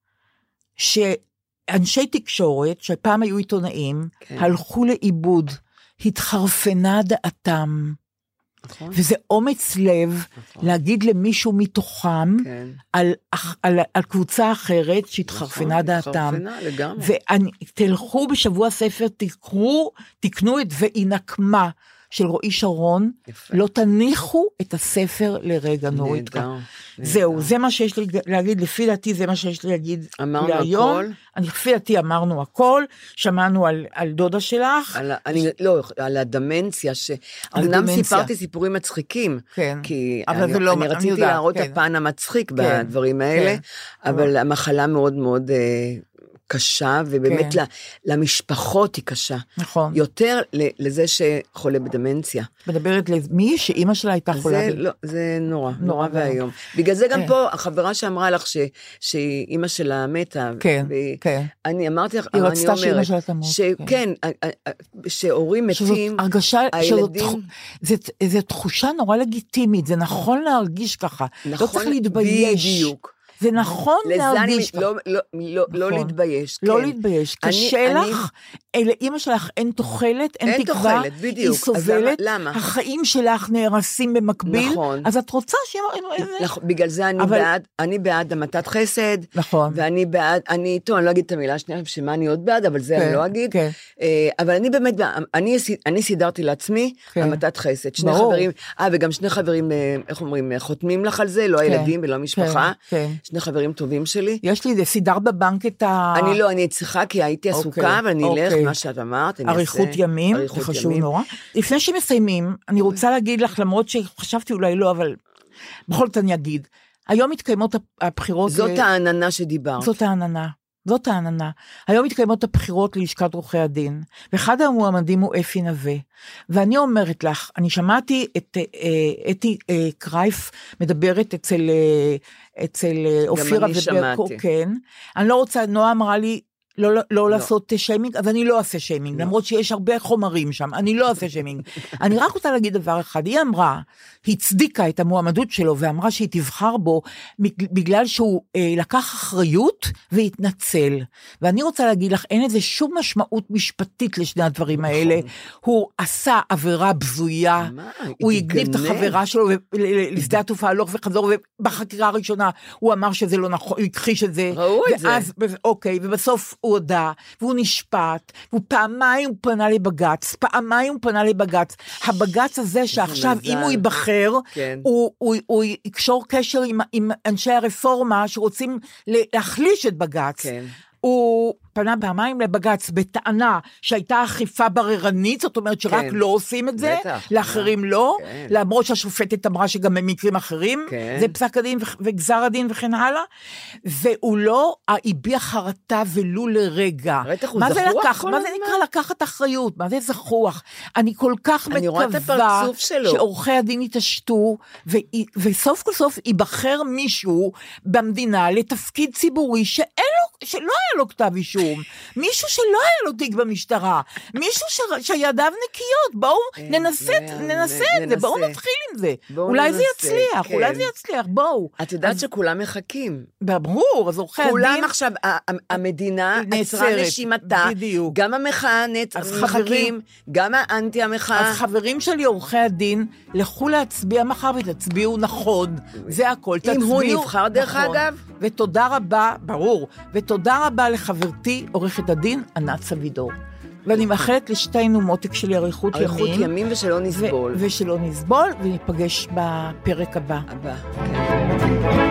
שאנשי תקשורת, שפעם היו עיתונאים, הלכו לאיבוד, התחרפנה דעתם, נכון. וזה אומץ לב נכון. להגיד למישהו מתוכם כן. על, על, על קבוצה אחרת שהתחרפנה נכון, דעתם. ותלכו בשבוע ספר, תקרו, תקנו את והיא נקמה של רועי שרון, יפה. לא תניחו את הספר לרגע נוריתקה. זהו, זה מה שיש לי להגיד, לפי דעתי זה מה שיש לי להגיד אמרנו להיום. הכל? אני לפי דעתי אמרנו הכל, שמענו על, על דודה שלך. על, אני, ש... לא, על הדמנציה, ש... אמנם סיפרתי סיפורים מצחיקים, כן. כי אבל אני, לא, אני רציתי יודע, להראות כן. את הפן המצחיק כן. בדברים האלה, כן. אבל המחלה מאוד מאוד... קשה, ובאמת כן. למשפחות היא קשה. נכון. יותר לזה שחולה בדמנציה. מדברת למי שאימא שלה הייתה חולה. זה, לא, זה נורא, נורא, נורא והיום. בגלל זה גם כן. פה, החברה שאמרה לך ש, שאימא שלה מתה. כן, כן. אני אמרתי לך, היא רצתה שאימא שלה תמות. כן, שהורים מתים, הרגשה, הילדים... זו תחושה נורא לגיטימית, זה נכון להרגיש ככה. נכון, לא צריך להתבייש. בדיוק. זה נכון להרגיש ככה. לא, לא, לא, לא להתבייש. לא להתבייש. קשה לך, לאמא שלך אין תוחלת, אין תקווה. אין תוחלת, בדיוק. היא סובלת. למה? החיים שלך נהרסים במקביל. נכון. אז את רוצה שיראינו איזה... בגלל זה אני בעד, אני בעד המתת חסד. נכון. ואני בעד, אני, טוב, אני לא אגיד את המילה השנייה, שמה אני עוד בעד, אבל זה אני לא אגיד. אבל אני באמת, אני סידרתי לעצמי המתת חסד. שני חברים, אה, וגם שני חברים, איך אומרים, חותמים לך על זה, לא הילדים ולא המשפחה. שני חברים טובים שלי. יש לי, זה סידר בבנק את ה... אני לא, אני צריכה, כי הייתי עסוקה, אבל אני אלך, מה שאת אמרת, אני אעשה. אריכות ימים, זה חשוב נורא. לפני שמסיימים, אני רוצה להגיד לך, למרות שחשבתי אולי לא, אבל בכל זאת אני אגיד, היום מתקיימות הבחירות... זאת העננה שדיברת. זאת העננה. זאת העננה. היום מתקיימות הבחירות ללשכת עורכי הדין, ואחד המועמדים הוא אפי נווה, ואני אומרת לך, אני שמעתי את אתי קרייף מדברת אצל אצל אופירה וברקו, כן, אני לא רוצה, נועה אמרה לי, לא, לא, לא לעשות שיימינג, אז אני לא אעשה שיימינג, למרות שיש הרבה חומרים שם, אני לא אעשה שיימינג. אני רק רוצה להגיד דבר אחד, היא אמרה, הצדיקה את המועמדות שלו, ואמרה שהיא תבחר בו, בגלל שהוא אה, לקח אחריות והתנצל. ואני רוצה להגיד לך, אין איזה שום משמעות משפטית לשני הדברים האלה. הוא עשה עבירה בזויה, הוא הגניב את החברה שלו לשדה התעופה הלוך וחזור, ובחקירה הראשונה הוא אמר שזה לא נכון, הוא הכחיש את זה. ראו את זה. אוקיי, ובסוף הוא הודע, והוא נשפט, והוא פעמיים הוא פנה לבגץ, פעמיים הוא פנה לבגץ. הבגץ הזה שעכשיו, אם הוא ייבחר, כן. הוא, הוא, הוא יקשור קשר עם, עם אנשי הרפורמה שרוצים להחליש את בגץ. כן. הוא פנה פעמיים לבגץ בטענה שהייתה אכיפה בררנית, זאת אומרת שרק כן. לא עושים את זה, בטח, לאחרים yeah. לא, כן. למרות שהשופטת אמרה שגם במקרים אחרים, כן. זה פסק הדין וגזר הדין וכן הלאה, והוא לא הביע חרטה ולו לרגע. מה זה לקח? מה זה נקרא לקחת אחריות? מה זה זכוח? אני כל כך מקווה שעורכי הדין יתעשתו, וסוף כל סוף ייבחר מישהו במדינה לתפקיד ציבורי שאין לו, שלא היה לו כתב אישום. מישהו שלא היה לו תיק במשטרה, מישהו שידיו נקיות, בואו ננסה את זה, בואו נתחיל עם זה, אולי זה יצליח, אולי זה יצליח, בואו. את יודעת שכולם מחכים. ברור, אז עורכי הדין. כולם עכשיו, המדינה עצרה נשימתה, גם המחאה מחכים, גם האנטי המחאה. אז חברים שלי עורכי הדין, לכו להצביע מחר ותצביעו נכון, זה הכל, תצביעו. אם הוא נבחר דרך אגב. ותודה רבה, ברור, ותודה רבה לחברתי עורכת הדין ענת סבידור. ואני מאחלת לשתינו מותק שלי אריכות ימים. אריכות ימים ושלא נסבול. ושלא נסבול, וניפגש בפרק הבא. הבא, כן.